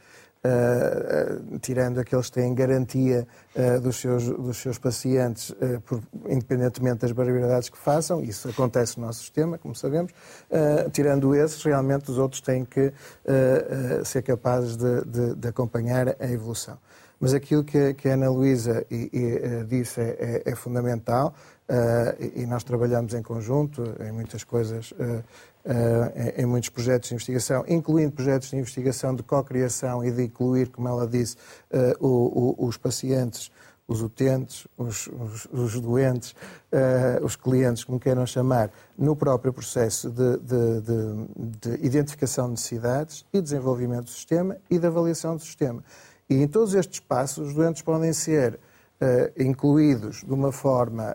tirando aqueles que têm garantia dos seus pacientes, independentemente das barbaridades que façam, isso acontece no nosso sistema, como sabemos, tirando esses, realmente os outros têm que ser capazes de acompanhar a evolução. Mas aquilo que a Ana Luísa disse é fundamental, e nós trabalhamos em conjunto em muitas coisas, em muitos projetos de investigação, incluindo projetos de investigação de co-criação e de incluir, como ela disse, os pacientes, os utentes, os doentes, os clientes, como queiram chamar, no próprio processo de identificação de necessidades e desenvolvimento do sistema e de avaliação do sistema. E em todos estes passos, os doentes podem ser incluídos de uma forma,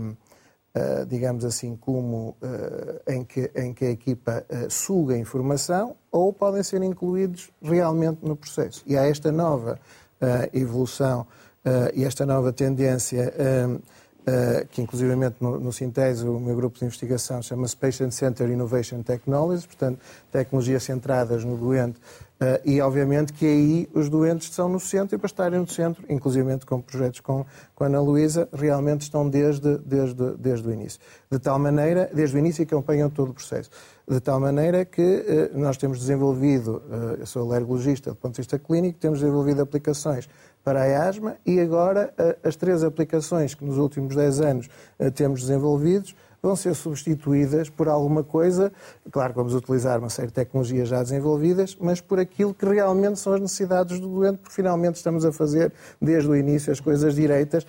digamos assim, como em que a equipa suga a informação, ou podem ser incluídos realmente no processo. E há esta nova evolução e esta nova tendência, que inclusivamente no Sintese, o meu grupo de investigação chama-se Patient Centered Innovation Technologies, portanto, tecnologias centradas no doente, e obviamente que aí os doentes estão no centro, e para estarem no centro, inclusivamente com projetos com a Ana Luísa, realmente estão desde o início. De tal maneira, desde o início, que acompanham todo o processo. De tal maneira que nós temos desenvolvido, eu sou alergologista do ponto de vista clínico, temos desenvolvido aplicações para a asma, e agora as 3 aplicações que nos últimos 10 anos temos desenvolvidos vão ser substituídas por alguma coisa, claro que vamos utilizar uma série de tecnologias já desenvolvidas, mas por aquilo que realmente são as necessidades do doente, porque finalmente estamos a fazer desde o início as coisas direitas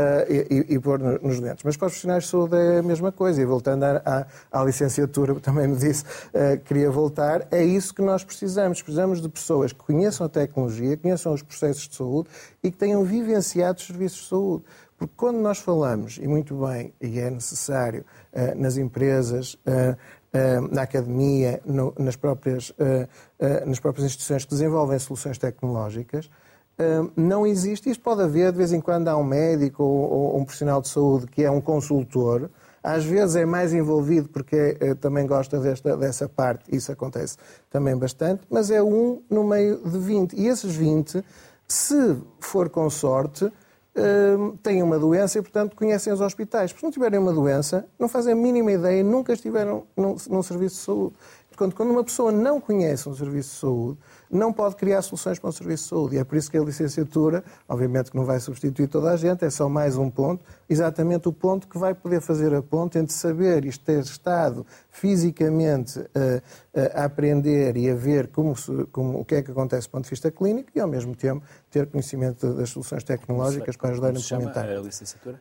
e pôr nos doentes. Mas para os profissionais de saúde é a mesma coisa, e voltando à licenciatura, também me disse, queria voltar, é isso que nós precisamos. Precisamos de pessoas que conheçam a tecnologia, conheçam os processos de saúde e que tenham vivenciado os serviços de saúde. Porque quando nós falamos, e muito bem, e é necessário, nas empresas, na academia, nas próprias instituições que desenvolvem soluções tecnológicas, não existe, isto pode haver, de vez em quando há um médico ou um profissional de saúde que é um consultor, às vezes é mais envolvido porque também gosta dessa parte, isso acontece também bastante, mas é um no meio de 20. E esses 20, se for com sorte, têm uma doença e, portanto, conhecem os hospitais. Porque se não tiverem uma doença, não fazem a mínima ideia, nunca estiveram num serviço de saúde. Portanto, quando uma pessoa não conhece um serviço de saúde, não pode criar soluções para um serviço de saúde. E é por isso que a licenciatura, obviamente que não vai substituir toda a gente, é só mais um ponto, exatamente o ponto que vai poder fazer a ponte entre saber e ter estado fisicamente a aprender e a ver o que é que acontece do ponto de vista clínico e, ao mesmo tempo, ter conhecimento das soluções tecnológicas para ajudar a implementar. Como se chama a licenciatura?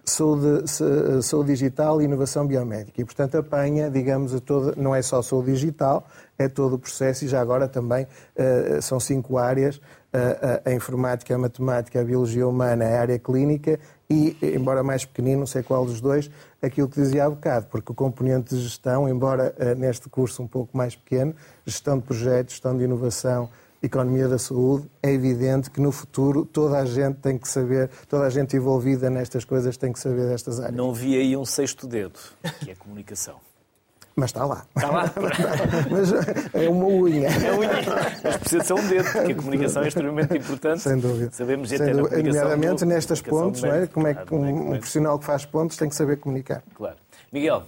Saúde digital e inovação biomédica. E, portanto, apanha, digamos, não é só saúde digital, é todo o processo, e já agora também são 5 áreas, a informática, a matemática, a biologia humana, a área clínica e, embora mais pequenino, não sei qual dos dois, aquilo que dizia há bocado, porque o componente de gestão, embora neste curso um pouco mais pequeno, gestão de projetos, gestão de inovação, economia da saúde, é evidente que no futuro toda a gente tem que saber, toda a gente envolvida nestas coisas tem que saber destas áreas. Não vi aí um 6º dedo, que é a comunicação. Mas está lá. Está lá. Mas é uma unha. É unha. Mas precisa de ser um dedo, porque a comunicação é extremamente importante. Sem dúvida. Sabemos até na comunicação. Nomeadamente nestas pontes, não é? Como é que um profissional que faz pontes tem que saber comunicar. Claro. Miguel,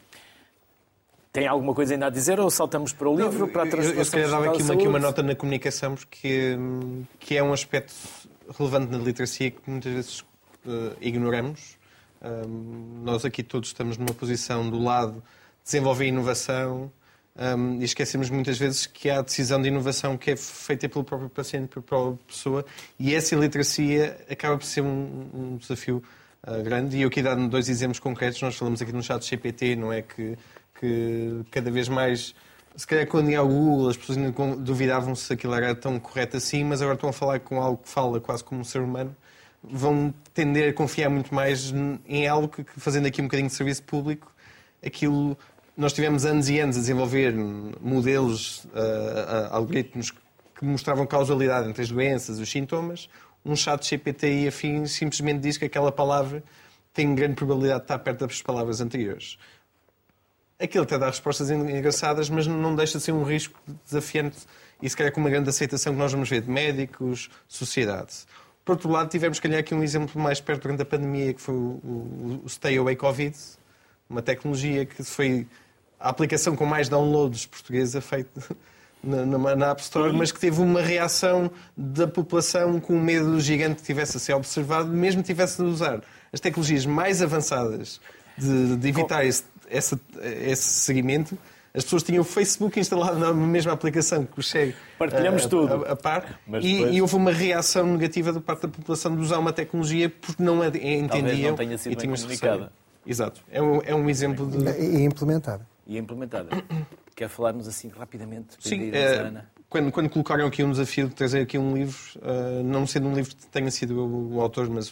tem alguma coisa ainda a dizer ou saltamos para o livro? Para a transformação? Eu se calhar dava aqui uma nota na comunicação, porque que é um aspecto relevante na literacia que muitas vezes ignoramos. Nós aqui todos estamos numa posição do lado de desenvolver inovação e esquecemos muitas vezes que há a decisão de inovação que é feita pelo próprio paciente, pela própria pessoa, e essa iliteracia acaba por ser um desafio grande. E eu aqui dando 2 exemplos concretos, nós falamos aqui no chat GPT, não é? Que cada vez mais, se calhar quando ia ao Google, as pessoas ainda duvidavam se aquilo era tão correto assim, mas agora estão a falar com algo que fala quase como um ser humano, vão tender a confiar muito mais em algo que, fazendo aqui um bocadinho de serviço público, aquilo... Nós tivemos anos e anos a desenvolver modelos, algoritmos que mostravam causalidade entre as doenças, os sintomas. Um chat GPT e afins simplesmente diz que aquela palavra tem grande probabilidade de estar perto das palavras anteriores. Aquilo até dá respostas engraçadas, mas não deixa de ser um risco desafiante e se calhar com uma grande aceitação que nós vamos ver de médicos, sociedade. Por outro lado, tivemos, se calhar, aqui um exemplo mais perto durante a pandemia, que foi o Stay Away Covid, uma tecnologia que foi a aplicação com mais downloads portuguesa feita na App Store, mas que teve uma reação da população com um medo gigante que tivesse a ser observado, mesmo que tivesse de usar as tecnologias mais avançadas de evitar esse seguimento. As pessoas tinham o Facebook instalado na mesma aplicação que o Chega partilhamos tudo a par, e houve uma reação negativa da parte da população de usar uma tecnologia porque não a entendiam. Talvez não tenha sido bem comunicada. Exato. É um exemplo de... E implementada. Quer falar-nos assim rapidamente? Sim. Quando colocaram aqui um desafio de trazer aqui um livro, não sendo um livro que tenha sido o autor, mas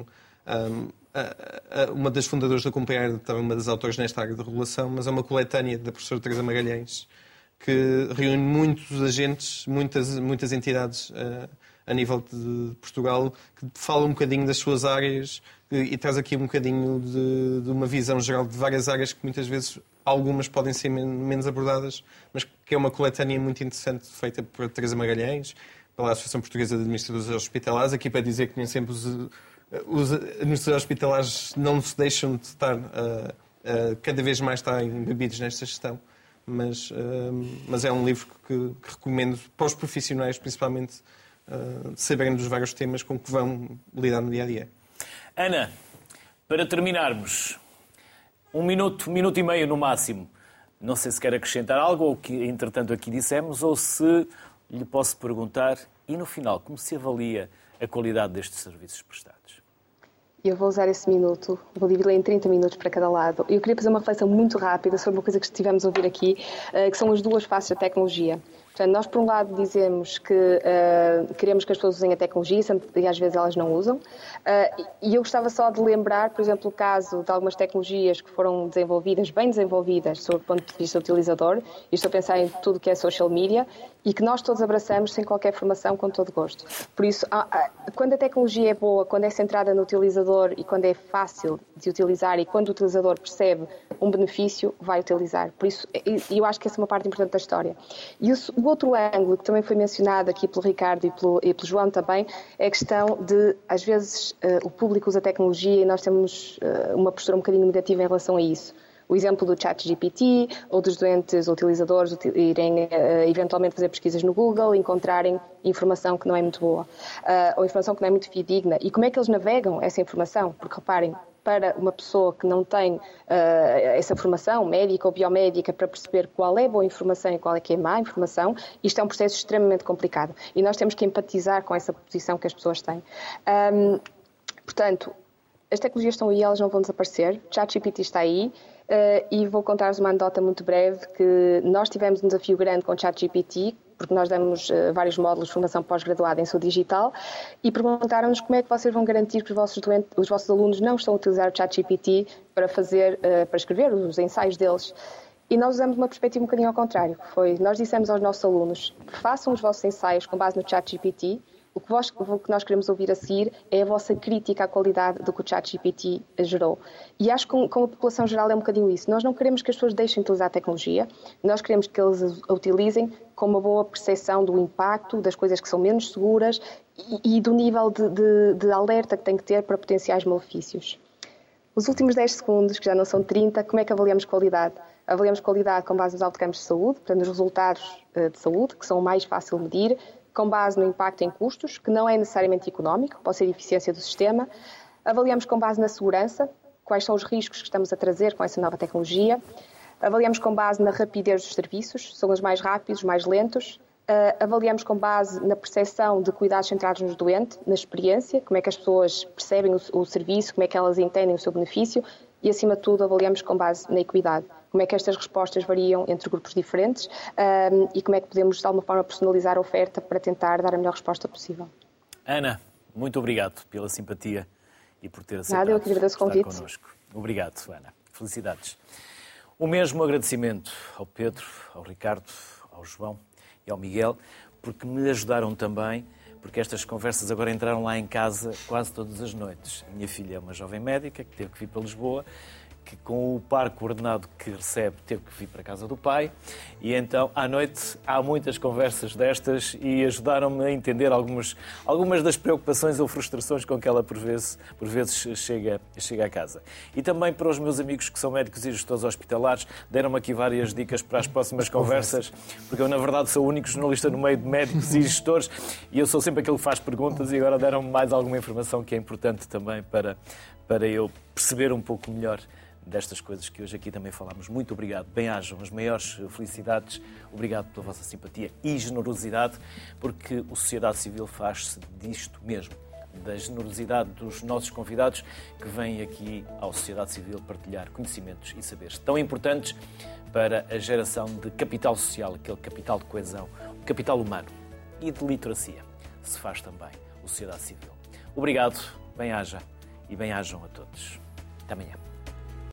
uma das fundadoras da Companhia também uma das autores nesta área de regulação, mas é uma coletânea da professora Teresa Magalhães, que reúne muitos agentes, muitas entidades a nível de Portugal, que falam um bocadinho das suas áreas e traz aqui um bocadinho de uma visão geral de várias áreas que muitas vezes algumas podem ser menos abordadas, mas que é uma coletânea muito interessante feita por Teresa Magalhães, pela Associação Portuguesa de Administradores Hospitalares, aqui para dizer que nem sempre os administradores hospitalares não se deixam de estar, cada vez mais estar embebidos nesta gestão, mas é um livro que recomendo para os profissionais, principalmente, saberem dos vários temas com que vão lidar no dia-a-dia. Ana, para terminarmos, 1 minuto, 1 minuto e meio no máximo. Não sei se quer acrescentar algo ou que, entretanto, aqui dissemos, ou se lhe posso perguntar, e no final, como se avalia a qualidade destes serviços prestados? Eu vou usar esse minuto, vou dividi-lo em 30 minutos para cada lado. Eu queria fazer uma reflexão muito rápida sobre uma coisa que estivemos a ouvir aqui, que são as duas faces da tecnologia. Portanto, nós, por um lado, dizemos que queremos que as pessoas usem a tecnologia e às vezes elas não usam. E eu gostava só de lembrar, por exemplo, o caso de algumas tecnologias que foram desenvolvidas, bem desenvolvidas, sob o ponto de vista utilizador, e estou a pensar em tudo que é social media, e que nós todos abraçamos sem qualquer formação, com todo gosto. Por isso, quando a tecnologia é boa, quando é centrada no utilizador e quando é fácil de utilizar e quando o utilizador percebe um benefício, vai utilizar. Por isso, eu acho que essa é uma parte importante da história. E o outro ângulo, que também foi mencionado aqui pelo Ricardo e pelo João também, é a questão de, às vezes, o público usa a tecnologia e nós temos uma postura um bocadinho negativa em relação a isso. O exemplo do ChatGPT ou dos doentes utilizadores irem eventualmente fazer pesquisas no Google e encontrarem informação que não é muito boa ou informação que não é muito fidedigna. E como é que eles navegam essa informação? Porque, reparem, para uma pessoa que não tem essa formação médica ou biomédica para perceber qual é boa informação e qual é que é má informação, isto é um processo extremamente complicado. E nós temos que empatizar com essa posição que as pessoas têm. Portanto, as tecnologias estão aí, elas não vão desaparecer. O ChatGPT está aí. E vou contar-vos uma anedota muito breve, que nós tivemos um desafio grande com o ChatGPT, porque nós damos vários módulos de formação pós-graduada em saúde digital, e perguntaram-nos como é que vocês vão garantir que os vossos alunos não estão a utilizar o ChatGPT para escrever os ensaios deles. E nós usamos uma perspectiva um bocadinho ao contrário, nós dissemos aos nossos alunos: façam os vossos ensaios com base no ChatGPT, O que nós queremos ouvir a seguir é a vossa crítica à qualidade do que o ChatGPT gerou. E acho que com a população geral é um bocadinho isso. Nós não queremos que as pessoas deixem de utilizar a tecnologia, nós queremos que eles a utilizem com uma boa percepção do impacto, das coisas que são menos seguras e do nível de alerta que tem que ter para potenciais malefícios. Os últimos 10 segundos, que já não são 30, como é que avaliamos qualidade? Avaliamos qualidade com base nos outcomes de saúde, portanto, nos resultados de saúde, que são mais fácil de medir, com base no impacto em custos, que não é necessariamente económico, pode ser a eficiência do sistema. Avaliamos com base na segurança, quais são os riscos que estamos a trazer com essa nova tecnologia. Avaliamos com base na rapidez dos serviços, são os mais rápidos, mais lentos. Avaliamos com base na percepção de cuidados centrados no doente, na experiência, como é que as pessoas percebem o serviço, como é que elas entendem o seu benefício e, acima de tudo, avaliamos com base na equidade. Como é que estas respostas variam entre grupos diferentes e como é que podemos, de alguma forma, personalizar a oferta para tentar dar a melhor resposta possível. Ana, muito obrigado pela simpatia e por ter aceitado eu que agradeço o convite. estar connosco. Obrigado, Ana. Felicidades. O mesmo agradecimento ao Pedro, ao Ricardo, ao João e ao Miguel, porque me ajudaram também, porque estas conversas agora entraram lá em casa quase todas as noites. A minha filha é uma jovem médica que teve que vir para Lisboa, que com o par coordenado que recebe teve que vir para a casa do pai e então à noite há muitas conversas destas e ajudaram-me a entender algumas das preocupações ou frustrações com que ela por vezes chega a casa. E também para os meus amigos que são médicos e gestores hospitalares, deram-me aqui várias dicas para as próximas conversas, porque eu na verdade sou o único jornalista no meio de médicos e gestores e eu sou sempre aquele que faz perguntas e agora deram-me mais alguma informação que é importante também para eu perceber um pouco melhor destas coisas que hoje aqui também falámos. Muito obrigado. Bem-ajam, as maiores felicidades. Obrigado pela vossa simpatia e generosidade, porque o Sociedade Civil faz-se disto mesmo, da generosidade dos nossos convidados que vêm aqui à Sociedade Civil partilhar conhecimentos e saberes tão importantes para a geração de capital social, aquele capital de coesão, o capital humano e de literacia. Se faz também o Sociedade Civil. Obrigado, bem-aja e bem-ajam a todos. Até amanhã.